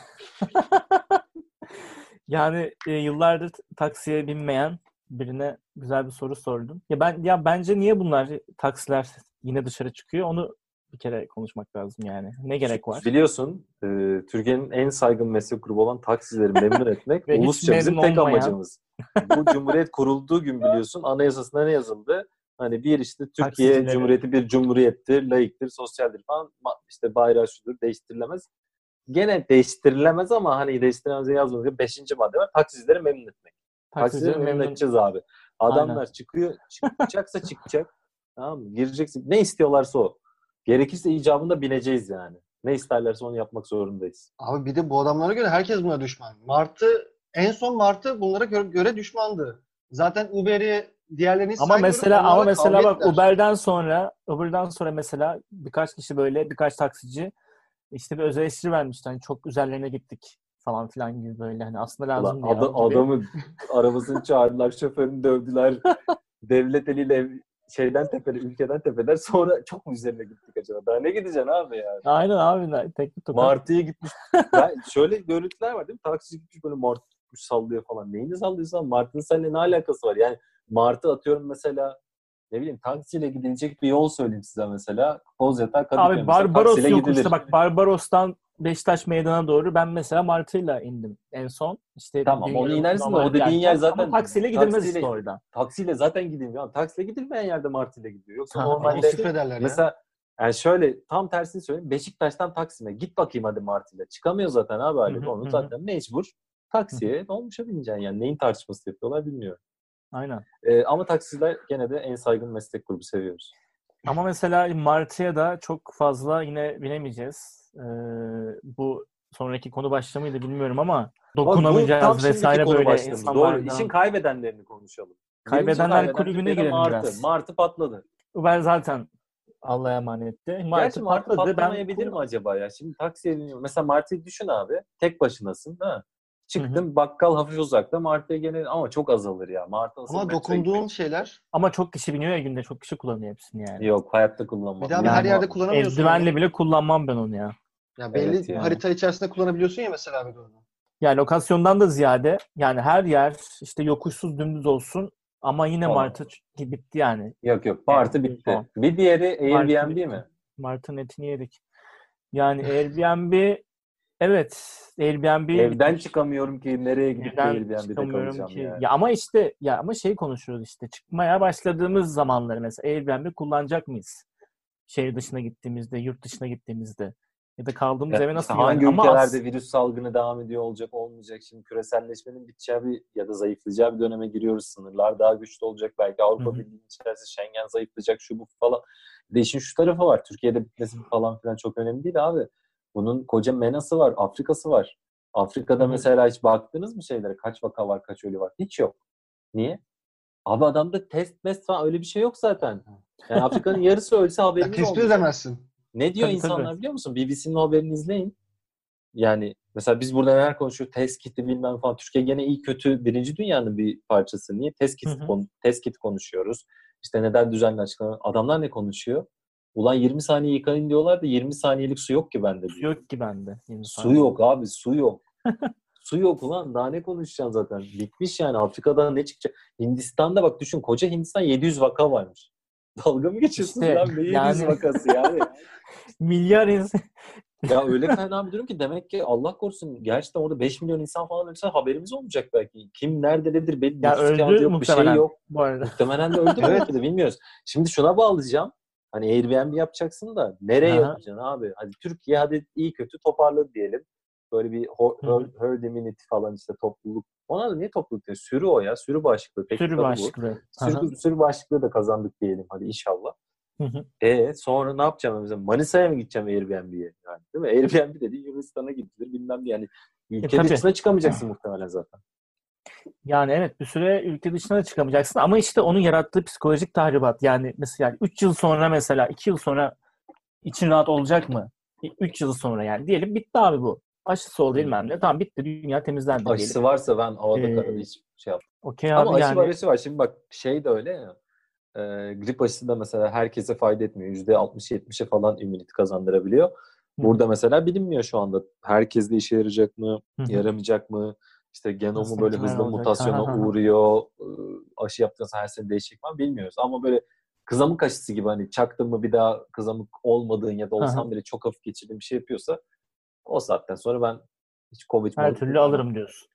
[SPEAKER 2] Yani e, yıllardır t- taksiye binmeyen birine güzel bir soru sordum. Ya ben ya bence niye bunlar taksiler yine dışarı çıkıyor? Onu bir kere konuşmak lazım yani. Ne gerek var?
[SPEAKER 3] Biliyorsun e, Türkiye'nin en saygın meslek grubu olan taksicileri memnun etmek
[SPEAKER 2] Ve hiç
[SPEAKER 3] ulusça bizim
[SPEAKER 2] memnun
[SPEAKER 3] tek
[SPEAKER 2] olmayan.
[SPEAKER 3] amacımız. Bu Cumhuriyet kurulduğu gün biliyorsun anayasasında ne yazıldı? Hani bir işte Türkiye
[SPEAKER 2] Taksicileri.
[SPEAKER 3] Cumhuriyeti bir cumhuriyettir, layıktır, sosyaldir falan. Ma- işte bayrağı şudur, değiştirilemez. Gene değiştirilemez ama hani değiştirilemez yazmadığı gibi beşinci madde var. Taksicileri memnun etmek. Taksicileri
[SPEAKER 2] Taksicileri
[SPEAKER 3] memnun
[SPEAKER 2] memnun.
[SPEAKER 3] edeceğiz abi. Adamlar
[SPEAKER 2] Aynen.
[SPEAKER 3] çıkıyor, çıkacaksa çıkacak. Tamam mı? Gireceksin. Ne istiyorlarsa o. Gerekirse icabında bineceğiz yani. Ne isterlerse onu yapmak zorundayız.
[SPEAKER 1] Abi bir de bu adamlara göre herkes buna düşman. Martı, en son Martı bunlara göre, göre düşmandı. Zaten Uber'i diğerlerini
[SPEAKER 2] Ama
[SPEAKER 1] saymıyorum.
[SPEAKER 2] mesela ama
[SPEAKER 1] Onlarla
[SPEAKER 2] mesela
[SPEAKER 1] kavga
[SPEAKER 2] bak
[SPEAKER 1] ettiler.
[SPEAKER 2] Uber'den sonra Uber'den sonra mesela birkaç kişi böyle birkaç taksici işte bir öz eleştiri vermişti. Hani çok üzerlerine gittik falan filan gibi böyle hani aslında
[SPEAKER 3] Ulan
[SPEAKER 2] lazım ya
[SPEAKER 3] ada-
[SPEAKER 2] gibi.
[SPEAKER 3] adamı arabasını çağırdılar, şoförünü dövdüler. Devlet eliyle ev- şeyden tepeden, ülkeden tepeden sonra çok mu üzerine gittik acaba? Daha ne gideceksin abi ya?
[SPEAKER 2] Aynen abi tek bir tokat.
[SPEAKER 3] Martı'ya gitmiş. Ben, şöyle görüntüler var değil mi? Taksici gitmiş böyle Martı tutmuş sallıyor falan. Neyini sallıyorsan Martı'nın seninle ne alakası var? Yani Martı atıyorum mesela ne bileyim taksiyle gidilecek bir yol söyleyeyim size mesela. Kozyatağı Kadıköy
[SPEAKER 2] Abi
[SPEAKER 3] mesela
[SPEAKER 2] Barbaros
[SPEAKER 3] taksiyle
[SPEAKER 2] yokuşta
[SPEAKER 3] gidilir.
[SPEAKER 2] bak Barbaros'tan Beşiktaş meydana doğru ben mesela Martı'yla indim en son. İşte
[SPEAKER 3] Tamam onu
[SPEAKER 2] dünya
[SPEAKER 3] inersin de o
[SPEAKER 2] normal
[SPEAKER 3] dediğin yer
[SPEAKER 2] yerken. Ama
[SPEAKER 3] zaten
[SPEAKER 2] taksiyle gidilmez
[SPEAKER 3] taksiyle
[SPEAKER 2] işte oradan.
[SPEAKER 3] taksiyle zaten gidilmiyor. Taksiyle gidilmeyen yerde Martı'yla gidiyor. Yoksa
[SPEAKER 2] Aha,
[SPEAKER 1] Ama
[SPEAKER 3] normalde
[SPEAKER 2] işte
[SPEAKER 1] şifrederler ya.
[SPEAKER 3] mesela yani şöyle tam tersini söyleyeyim. Beşiktaş'tan Taksim'e git bakayım hadi Martı'yla. Çıkamıyor zaten abi
[SPEAKER 2] Hı
[SPEAKER 3] hali.
[SPEAKER 2] hı,
[SPEAKER 3] Onu
[SPEAKER 2] hı hı.
[SPEAKER 3] zaten mecbur taksiye dolmuşa bineceksin yani. Neyin tartışması yapıyorlar bilmiyorum.
[SPEAKER 2] Aynen.
[SPEAKER 3] Ee, ama taksiciler gene de en saygın meslek grubu seviyoruz.
[SPEAKER 2] Ama mesela Martı'ya da çok fazla yine binemeyeceğiz. Ee, bu sonraki konu başlığı mıydı bilmiyorum ama
[SPEAKER 3] Bak bu tam
[SPEAKER 2] dokunamayacağız
[SPEAKER 3] şimdiki
[SPEAKER 2] vesaire
[SPEAKER 3] konu
[SPEAKER 2] böyle
[SPEAKER 3] başlığımız. Doğru. İşin
[SPEAKER 2] insanlardan.
[SPEAKER 3] kaybedenlerini konuşalım. Birinci
[SPEAKER 2] Kaybedenler
[SPEAKER 3] kaybeden
[SPEAKER 2] kulübüne
[SPEAKER 3] Türkiye'de
[SPEAKER 2] girelim
[SPEAKER 3] Martı.
[SPEAKER 2] biraz.
[SPEAKER 3] Martı patladı.
[SPEAKER 2] Uber zaten Allah'a emanetti.
[SPEAKER 3] Gerçi
[SPEAKER 2] Martı
[SPEAKER 3] Martı
[SPEAKER 2] patladı. Ben
[SPEAKER 3] patlamayabilir mi acaba ya? Şimdi taksiye biniyorum. Mesela Martı'yı düşün abi. Tek başınasın ha. Çıktın bakkal hafif uzakta. Martı'ya gene ama çok azalır ya. Martı asıl
[SPEAKER 1] Ama
[SPEAKER 3] metroya
[SPEAKER 1] dokunduğun
[SPEAKER 3] gitmek.
[SPEAKER 1] şeyler,
[SPEAKER 2] Ama çok kişi biniyor ya günde çok kişi kullanıyor hepsini yani.
[SPEAKER 3] Yok hayatta
[SPEAKER 1] bir
[SPEAKER 3] kullanmam.
[SPEAKER 1] daha bir her
[SPEAKER 2] Yani
[SPEAKER 1] yerde kullanamıyorsun
[SPEAKER 2] eldivenle
[SPEAKER 1] onu.
[SPEAKER 2] bile kullanmam ben onu ya.
[SPEAKER 1] Ya
[SPEAKER 3] Evet
[SPEAKER 1] belli
[SPEAKER 3] ya.
[SPEAKER 1] harita içerisinde kullanabiliyorsun ya mesela bir de onu.
[SPEAKER 2] Yani lokasyondan da ziyade yani her yer işte yokuşsuz dümdüz olsun ama yine
[SPEAKER 3] Aa.
[SPEAKER 2] Martı ç- bitti yani.
[SPEAKER 3] Yok yok. Martı
[SPEAKER 2] Yani,
[SPEAKER 3] bitti.
[SPEAKER 2] tamam.
[SPEAKER 3] Bir diğeri
[SPEAKER 2] Martı
[SPEAKER 3] Airbnb
[SPEAKER 2] bitti.
[SPEAKER 3] mi?
[SPEAKER 2] Mart'ın etini yedik. Yani Airbnb evet Airbnb
[SPEAKER 3] Evden
[SPEAKER 2] bitmiş.
[SPEAKER 3] çıkamıyorum ki nereye gidip de
[SPEAKER 2] Neden
[SPEAKER 3] Airbnb'de
[SPEAKER 2] çıkamıyorum
[SPEAKER 3] kalacağım
[SPEAKER 2] ki?
[SPEAKER 3] yani.
[SPEAKER 2] Ya ama işte ya ama şey konuşuyoruz işte çıkmaya başladığımız zamanları mesela Airbnb kullanacak mıyız? Şehir dışına gittiğimizde, yurt dışına gittiğimizde ya da kaldığımız
[SPEAKER 3] Ya
[SPEAKER 2] eve
[SPEAKER 3] işte
[SPEAKER 2] nasıl güven?
[SPEAKER 3] hangi
[SPEAKER 2] Ama as
[SPEAKER 3] ülkelerde virüs salgını devam ediyor olacak olmayacak. Şimdi küreselleşmenin biteceği bir ya da zayıflayacağı bir döneme giriyoruz. Sınırlar daha güçlü olacak. Belki
[SPEAKER 2] Hı
[SPEAKER 3] Avrupa
[SPEAKER 2] hı.
[SPEAKER 3] Birliği içerisinde Schengen zayıflayacak şu bu falan. Bir de işin şu tarafı var. Türkiye'de bitmesi falan filan çok önemli değil abi. Bunun koca MENA'sı var. Afrika'sı var. Afrika'da
[SPEAKER 2] Hı hı.
[SPEAKER 3] mesela hiç baktınız mı şeylere? Kaç vaka var, kaç ölü var? Hiç yok. Niye? Abi adamda test mest falan öyle bir şey yok zaten. Yani Afrika'nın yarısı ölse
[SPEAKER 1] Ya
[SPEAKER 3] haberimiz
[SPEAKER 1] tespit
[SPEAKER 3] olmayacak.
[SPEAKER 1] edemezsin.
[SPEAKER 3] Ne diyor
[SPEAKER 2] Tabii tabii.
[SPEAKER 3] insanlar biliyor musun? B B C'nin haberini izleyin. Yani mesela biz burada neler konuşuyoruz? Test kiti bilmem falan. Türkiye gene iyi kötü birinci dünyanın bir parçası. Niye? Test kiti,
[SPEAKER 2] Hı hı.
[SPEAKER 3] konu, test kiti konuşuyoruz. İşte neden düzenli açıklama. Adamlar ne konuşuyor? Ulan yirmi saniye yıkanın diyorlar da yirmi saniyelik su yok ki bende
[SPEAKER 2] Su
[SPEAKER 3] diyor.
[SPEAKER 2] yok ki bende.
[SPEAKER 3] Su yok abi su yok. Su yok ulan daha ne konuşacaksın zaten. Bitmiş yani Afrika'da ne çıkacak? Hindistan'da bak düşün koca Hindistan yedi yüz vaka varmış. Dalga mı geçiyorsunuz
[SPEAKER 2] İşte
[SPEAKER 3] lan? Ne yedi yüz
[SPEAKER 2] yani
[SPEAKER 3] vakası yani?
[SPEAKER 2] milyar insan.
[SPEAKER 3] Ya öyle fena bir durum ki demek ki Allah korusun gerçekten orada beş milyon insan falan ölse haberimiz olmayacak belki. Kim nerede nedir belli
[SPEAKER 2] Ya
[SPEAKER 3] nüfus kağıdı
[SPEAKER 2] öldü
[SPEAKER 3] yok bir şey
[SPEAKER 2] muhtemelen
[SPEAKER 3] yok.
[SPEAKER 2] bu arada.
[SPEAKER 3] Muhtemelen de öldü
[SPEAKER 1] Evet.
[SPEAKER 3] belki de bilmiyoruz. Şimdi şuna bağlayacağım. Hani Airbnb yapacaksın da nereye
[SPEAKER 2] Aha.
[SPEAKER 3] yapacaksın abi? Hadi Türkiye hadi iyi kötü toparladı diyelim. Böyle bir
[SPEAKER 2] Hı hı.
[SPEAKER 3] herd, herd immunity falan işte topluluk. Ona da niye topluluk diyor? Sürü o ya. Sürü bağışıklığı. Tek
[SPEAKER 2] Sürü
[SPEAKER 3] tanı bu.
[SPEAKER 2] başlıklı. Aha.
[SPEAKER 3] Sürü, sürü bağışıklığı da kazandık diyelim. Hadi inşallah.
[SPEAKER 2] Hı hı.
[SPEAKER 3] E sonra ne yapacağım? Mesela Manisa'ya mı gideceğim Airbnb'ye? Yani, değil mi? Airbnb dedi Yunanistan'a gidilir bilmem ne. Yani
[SPEAKER 2] E
[SPEAKER 3] ülke
[SPEAKER 2] tabii.
[SPEAKER 3] dışına çıkamayacaksın muhtemelen zaten.
[SPEAKER 2] Yani evet bir süre ülke dışına da çıkamayacaksın ama işte onun yarattığı psikolojik tahribat. Yani mesela üç yıl sonra mesela iki yıl sonra için rahat olacak mı? üç yıl sonra yani. Diyelim bitti abi bu. Aşısı oldu
[SPEAKER 3] Hı.
[SPEAKER 2] bilmem ne. Tamam bitti. Dünya temizlendi diyelim.
[SPEAKER 3] Aşısı varsa ben havada
[SPEAKER 2] Ee,
[SPEAKER 3] karada hiç şey yapmam.
[SPEAKER 2] Okey
[SPEAKER 3] Ama
[SPEAKER 2] abi
[SPEAKER 3] aşı
[SPEAKER 2] yani.
[SPEAKER 3] var aşı var. Şimdi bak şey de öyle ya. E, grip aşısı da mesela herkese fayda etmiyor. yüzde altmış yetmişe falan immunity kazandırabiliyor. Burada mesela bilinmiyor şu anda. Herkeste işe yarayacak mı?
[SPEAKER 2] Hı hı.
[SPEAKER 3] Yaramayacak mı? İşte genomu
[SPEAKER 2] Nasıl
[SPEAKER 3] böyle
[SPEAKER 2] ihtimal
[SPEAKER 3] hızlı
[SPEAKER 2] olacak?
[SPEAKER 3] mutasyona
[SPEAKER 2] Ha, ha, ha.
[SPEAKER 3] uğruyor. E, aşı yaptığınız her sene değişecek mi? Bilmiyoruz. Ama böyle kızamık aşısı gibi hani çaktın mı bir daha kızamık olmadığın ya da
[SPEAKER 2] Hı hı.
[SPEAKER 3] olsan bile çok hafif geçirdiğin bir şey yapıyorsa o saatten sonra ben hiç Covid
[SPEAKER 2] Her
[SPEAKER 3] Covid
[SPEAKER 2] türlü
[SPEAKER 3] demem.
[SPEAKER 2] alırım diyorsun.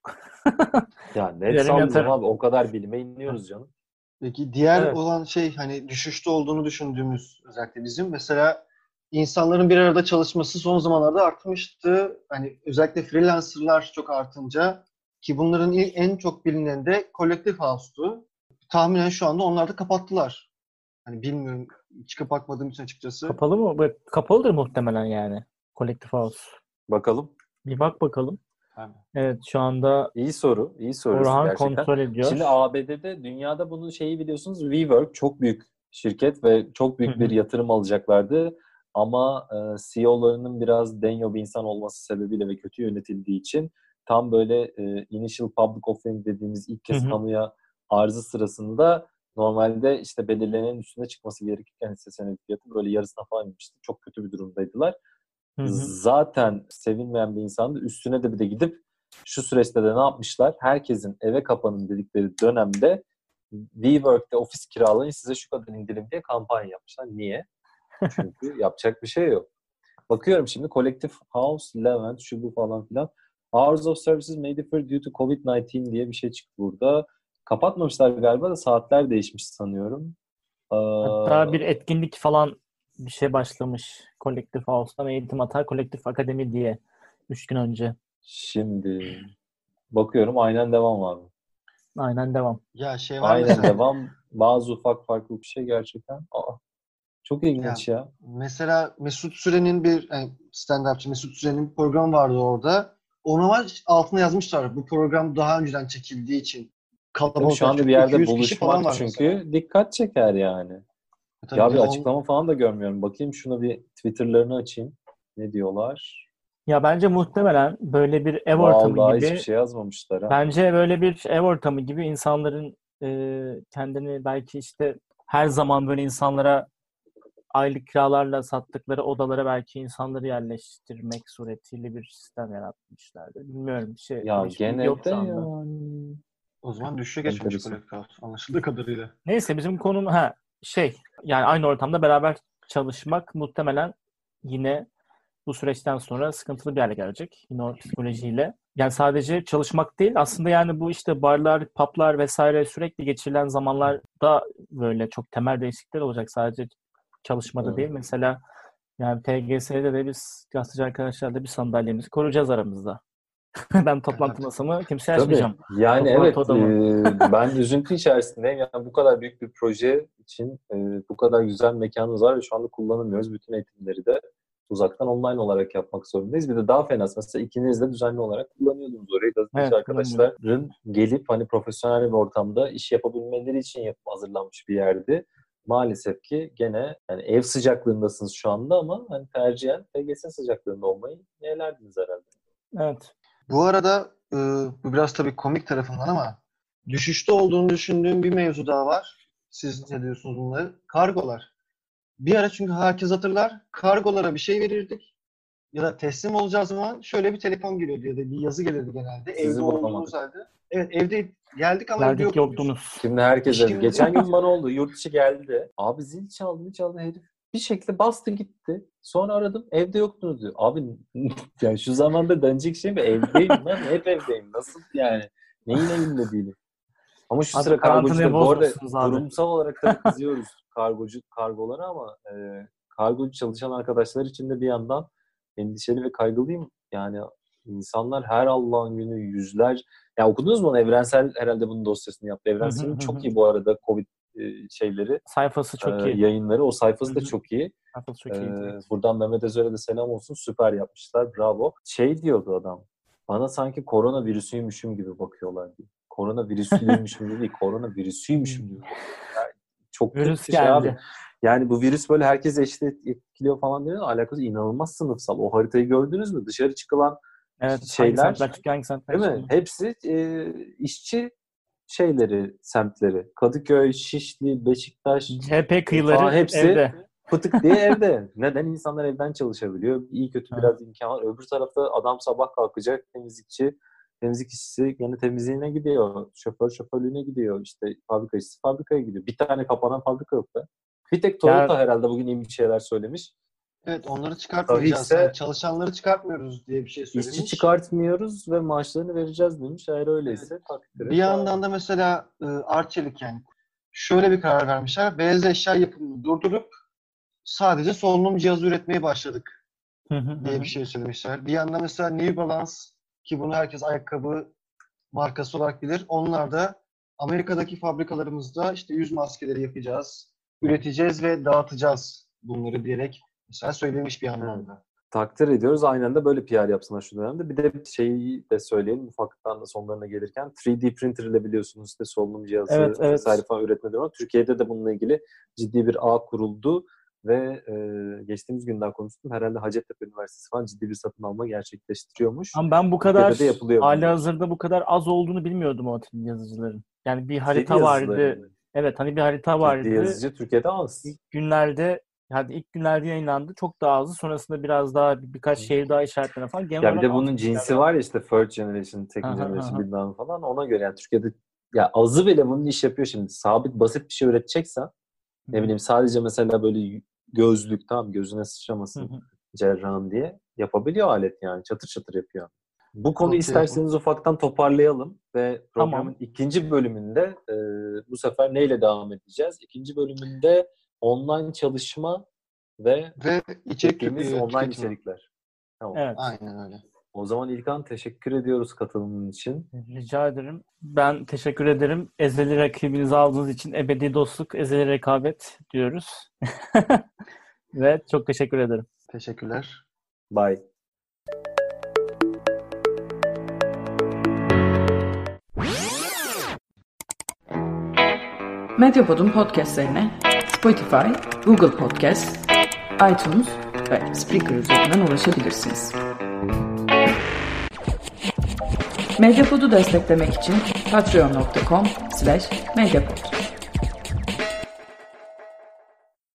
[SPEAKER 3] Ya net
[SPEAKER 2] Giderim
[SPEAKER 3] sallayacağım
[SPEAKER 2] yatarım.
[SPEAKER 3] abi. O kadar bilime inliyoruz canım.
[SPEAKER 1] Peki diğer
[SPEAKER 2] Evet.
[SPEAKER 1] olan şey hani düşüşte olduğunu düşündüğümüz özellikle bizim mesela insanların bir arada çalışması son zamanlarda artmıştı. Hani özellikle freelancerlar çok artınca ki bunların ilk, en çok bilinen de Collective House'tu. Tahminen şu anda onlar da kapattılar. Hani bilmiyorum çıkıp bakmadığım için açıkçası.
[SPEAKER 2] Kapalı mı? Böyle kapalıdır muhtemelen yani. Collective House.
[SPEAKER 3] Bakalım.
[SPEAKER 2] Bir bak bakalım.
[SPEAKER 1] Yani.
[SPEAKER 2] Evet şu anda
[SPEAKER 3] İyi soru. İyi soru
[SPEAKER 2] Orhan
[SPEAKER 3] gerçekten.
[SPEAKER 2] kontrol ediyor.
[SPEAKER 3] Şimdi A B D'de, dünyada bunun şeyi biliyorsunuz WeWork çok büyük şirket ve çok büyük
[SPEAKER 2] Hı
[SPEAKER 3] bir
[SPEAKER 2] hı.
[SPEAKER 3] yatırım alacaklardı. Ama e, C E O'larının biraz denyo bir insan olması sebebiyle ve kötü yönetildiği için tam böyle e, initial public offering dediğimiz ilk
[SPEAKER 2] Hı
[SPEAKER 3] kez
[SPEAKER 2] hı.
[SPEAKER 3] kamuya arzı sırasında normalde işte belirlenen üstüne çıkması gerekirken hisse senedi fiyatı böyle yarısına falan inmişti. Çok kötü bir durumdaydılar.
[SPEAKER 2] Hı hı.
[SPEAKER 3] Zaten sevinmeyen bir insandı. Üstüne de bir de gidip şu süreçte de ne yapmışlar? Herkesin eve kapanın dedikleri dönemde WeWork'te ofis kiralayın size şu kadar indirim diye kampanya yapmışlar. Niye? Çünkü yapacak bir şey yok. Bakıyorum şimdi Collective House, Levent, şu bu falan filan. Hours of Services may differ due to covid nineteen diye bir şey çıktı burada. Kapatmamışlar galiba da saatler değişmiş sanıyorum.
[SPEAKER 2] Hatta bir
[SPEAKER 3] Ee,
[SPEAKER 2] etkinlik falan bir şey başlamış. Collective House'dan Eğitim Atar Collective Akademi diye. Üç gün önce.
[SPEAKER 3] şimdi bakıyorum aynen devam abi.
[SPEAKER 2] Aynen devam.
[SPEAKER 1] Ya şey var
[SPEAKER 3] Aynen
[SPEAKER 1] mesela
[SPEAKER 3] devam. Bazı ufak farklı bir şey gerçekten. Aa, çok
[SPEAKER 1] ya
[SPEAKER 3] ilginç ya.
[SPEAKER 1] mesela Mesut Süren'in bir yani stand-upçı Mesut Süren'in bir programı vardı orada. Ona var altına yazmışlar. Bu program daha önceden çekildiği için
[SPEAKER 3] E tabii şu
[SPEAKER 1] kalabalıklar
[SPEAKER 3] anda bir
[SPEAKER 1] çünkü
[SPEAKER 3] yerde
[SPEAKER 1] iki yüz kişi falan
[SPEAKER 3] buluşmak
[SPEAKER 1] var mesela.
[SPEAKER 3] çünkü dikkat çeker yani.
[SPEAKER 1] E tabii
[SPEAKER 3] Ya bir
[SPEAKER 1] de on,
[SPEAKER 3] açıklama falan da görmüyorum. Bakayım şuna bir Twitter'larını açayım. Ne diyorlar?
[SPEAKER 2] Ya bence muhtemelen böyle bir ev ortamı
[SPEAKER 3] Vallahi hiçbir
[SPEAKER 2] gibi
[SPEAKER 3] şey yazmamışlar ha.
[SPEAKER 2] bence böyle bir ev ortamı gibi insanların e, kendini belki işte her zaman böyle insanlara aylık kiralarla sattıkları odalara belki insanları yerleştirmek suretiyle bir sistem yaratmışlardır. Bilmiyorum bir şey
[SPEAKER 3] Ya
[SPEAKER 2] hiçbir bilgi yok
[SPEAKER 3] gene de
[SPEAKER 2] şu anda.
[SPEAKER 3] yani
[SPEAKER 1] o zaman düşüşe geçmemiş
[SPEAKER 3] enteresan.
[SPEAKER 1] Collective House anlaşıldığı kadarıyla.
[SPEAKER 2] Neyse bizim konum ha şey yani aynı ortamda beraber çalışmak muhtemelen yine bu süreçten sonra sıkıntılı bir hale gelecek. Yine o psikolojiyle. Yani sadece çalışmak değil aslında yani bu işte barlar, publar vesaire sürekli geçirilen zamanlarda böyle çok temel değişiklikler olacak. Sadece çalışmada değil. Mesela yani T G S'de de biz gazeteci arkadaşlarla bir sandalyemizi koruyacağız aramızda. Ben toplantı
[SPEAKER 1] Evet.
[SPEAKER 2] masamı kimseye
[SPEAKER 3] Tabii.
[SPEAKER 2] açmayacağım.
[SPEAKER 3] Yani
[SPEAKER 2] Toplantı
[SPEAKER 3] evet e,
[SPEAKER 2] odamı.
[SPEAKER 3] ben üzüntü içerisindeyim. Yani bu kadar büyük bir proje için e, bu kadar güzel mekanımız var ve şu anda kullanamıyoruz. Bütün eğitimleri de uzaktan online olarak yapmak zorundayız. Bir de daha fenası mesela ikiniz de düzenli olarak kullanıyordunuz orayı. Gazeteci
[SPEAKER 2] Evet kullanmıyorum.
[SPEAKER 3] arkadaşların gelip hani profesyonel bir ortamda iş yapabilmeleri için yapıp hazırlanmış bir yerdi. Maalesef ki gene yani ev sıcaklığındasınız şu anda ama hani tercihen T G S sıcaklığında olmayı yeğlerdiniz herhalde.
[SPEAKER 2] Evet.
[SPEAKER 1] Bu arada e, bu biraz tabii komik tarafından ama düşüşte olduğunu düşündüğüm bir mevzu daha var. Siz ne diyorsunuz bunları? Kargolar. Bir ara çünkü herkes hatırlar. Kargolara bir şey verirdik. Ya da teslim olacağı zaman şöyle bir telefon geliyordu ya da bir yazı gelirdi genelde.
[SPEAKER 3] Sizi
[SPEAKER 1] Evde olduğumuz
[SPEAKER 3] bulamadık.
[SPEAKER 1] halde. Evet evde geldik ama evde
[SPEAKER 2] Geldik
[SPEAKER 1] yoktunuz.
[SPEAKER 2] yoktunuz.
[SPEAKER 3] Şimdi herkes evde.
[SPEAKER 1] Şimdi
[SPEAKER 3] Geçen gün bana oldu. Yurt içi geldi. Abi zil çaldı, zil çaldı herif. Bir şekilde bastı gitti. Sonra aradım. Evde yoktunuz diyor. Abi yani şu zamanda dönecek şey mi? Evdeyim lan. Hep evdeyim. Nasıl yani? Neyin evinde değilim? Ama şu
[SPEAKER 2] Abi
[SPEAKER 3] sıra
[SPEAKER 2] karantinayı
[SPEAKER 3] kargocular. Bu arada
[SPEAKER 2] bozmuşsunuz abi.
[SPEAKER 3] kurumsal olarak tabii kızıyoruz kargocu kargoları ama e, kargocu çalışan arkadaşlar için de bir yandan endişeli ve kaygılıyım. Yani insanlar her Allah'ın günü yüzler... Ya okudunuz mu onu? Evrensel herhalde bunun dosyasını yaptı. Evrensel'in çok iyi bu arada Covid şeyleri.
[SPEAKER 2] Sayfası çok
[SPEAKER 3] e,
[SPEAKER 2] iyi.
[SPEAKER 3] Yayınları. O sayfası da çok iyi.
[SPEAKER 2] Sayfası çok iyi.
[SPEAKER 3] Ee, buradan Mehmet Özer'e de selam olsun. Süper yapmışlar. Bravo. Şey diyordu adam. Bana sanki koronavirüsüymüşüm gibi bakıyorlar diyor. Koronavirüslüymüşüm gibi değil. Koronavirüsüymüşüm gibi. Yani çok
[SPEAKER 2] virüs
[SPEAKER 3] kötü şey abi.
[SPEAKER 2] geldi.
[SPEAKER 3] Yani bu virüs böyle herkesi eşit etkiliyor falan diyor. Alakası inanılmaz sınıfsal. O haritayı gördünüz mü? Dışarı çıkılan
[SPEAKER 2] evet,
[SPEAKER 3] şeyler.
[SPEAKER 2] hangi semtler çıkıyor, hangi semtler
[SPEAKER 3] değil mi? Hepsi e, işçi şeyleri, semtleri. Kadıköy, Şişli, Beşiktaş.
[SPEAKER 2] C H P kıyıları
[SPEAKER 3] falan hepsi
[SPEAKER 2] evde.
[SPEAKER 3] Pıtık diye evde. Neden? İnsanlar evden çalışabiliyor. İyi kötü
[SPEAKER 2] Evet.
[SPEAKER 3] biraz imkan var. Öbür tarafta adam sabah kalkacak, temizlikçi, temizlik işçisi gene temizliğine gidiyor. Şoför şoförlüğüne gidiyor. İşte fabrika işçisi fabrikaya gidiyor. Bir tane kapanan fabrika yok da. Bir tek Toyota ya, herhalde bugün iyi bir şeyler söylemiş.
[SPEAKER 1] Evet, onları çıkartmayacağız. Yani çalışanları çıkartmıyoruz diye bir şey söylemiş.
[SPEAKER 3] İşçi çıkartmıyoruz ve maaşlarını vereceğiz demiş. Eğer öyleyse evet. Takdir.
[SPEAKER 1] Bir yandan da mesela Arçelik yani şöyle bir karar vermişler. Beyaz eşya yapımını durdurup sadece solunum cihazı üretmeye başladık diye bir şey söylemişler. Bir yandan mesela New Balance, ki bunu herkes ayakkabı markası olarak bilir. Onlar da Amerika'daki fabrikalarımızda işte yüz maskeleri yapacağız, üreteceğiz ve dağıtacağız bunları diyerek mesela söylemiş bir anlamda.
[SPEAKER 3] Evet. Takdir ediyoruz. Aynen de böyle P R yapsınlar şu dönemde. Bir de şeyi de söyleyelim ufaktan da sonlarına gelirken. üç D printer ile biliyorsunuz işte solunum cihazı
[SPEAKER 2] evet, evet.
[SPEAKER 3] vesaire falan üretme diyorlar. Türkiye'de de bununla ilgili ciddi bir ağ kuruldu ve e, geçtiğimiz günden konuştum. Herhalde Hacettepe Üniversitesi falan ciddi bir satın alma gerçekleştiriyormuş.
[SPEAKER 2] Ama ben bu kadar halihazırda bu kadar az olduğunu bilmiyordum o yazıcıların. Yani bir harita Türkiye vardı. Yani. Evet, hani bir harita vardı.
[SPEAKER 3] Türkiye yazıcı Türkiye'de az.
[SPEAKER 2] İlk günlerde yani ilk günlerde yayınlandı. Çok daha azdı. Sonrasında biraz daha birkaç şehir daha işaretlenen falan.
[SPEAKER 3] Genel ya bir de bunun cinsi var ya işte Third Generation, Second Generation bilmem falan. Ona göre yani Türkiye'de ya azı bile bunun iş yapıyor şimdi. Sabit basit bir şey üreteceksen ne bileyim sadece mesela böyle gözlük tamam gözüne sıçramasın cerrahın diye yapabiliyor alet yani. Çatır çatır yapıyor. Bu konuyu okay. isterseniz ufaktan toparlayalım ve programın tamam. ikinci bölümünde e, bu sefer neyle devam edeceğiz? İkinci bölümünde online çalışma ve,
[SPEAKER 1] ve içeriğimiz
[SPEAKER 3] online
[SPEAKER 1] tüketimi.
[SPEAKER 3] içerikler.
[SPEAKER 1] Tamam. Evet. Aynen öyle.
[SPEAKER 3] O zaman İlkan teşekkür ediyoruz katılımın için.
[SPEAKER 2] Rica ederim. Ben teşekkür ederim. Ezeli rakibinizi aldığınız için ebedi dostluk, ezeli rekabet diyoruz. Ve çok teşekkür ederim.
[SPEAKER 1] Teşekkürler.
[SPEAKER 3] Bye.
[SPEAKER 4] Medyapod'un podcastlerine Spotify, Google Podcast, iTunes ve Spreaker üzerinden ulaşabilirsiniz. Medyapod'u desteklemek için patreon nokta com slash medyapod.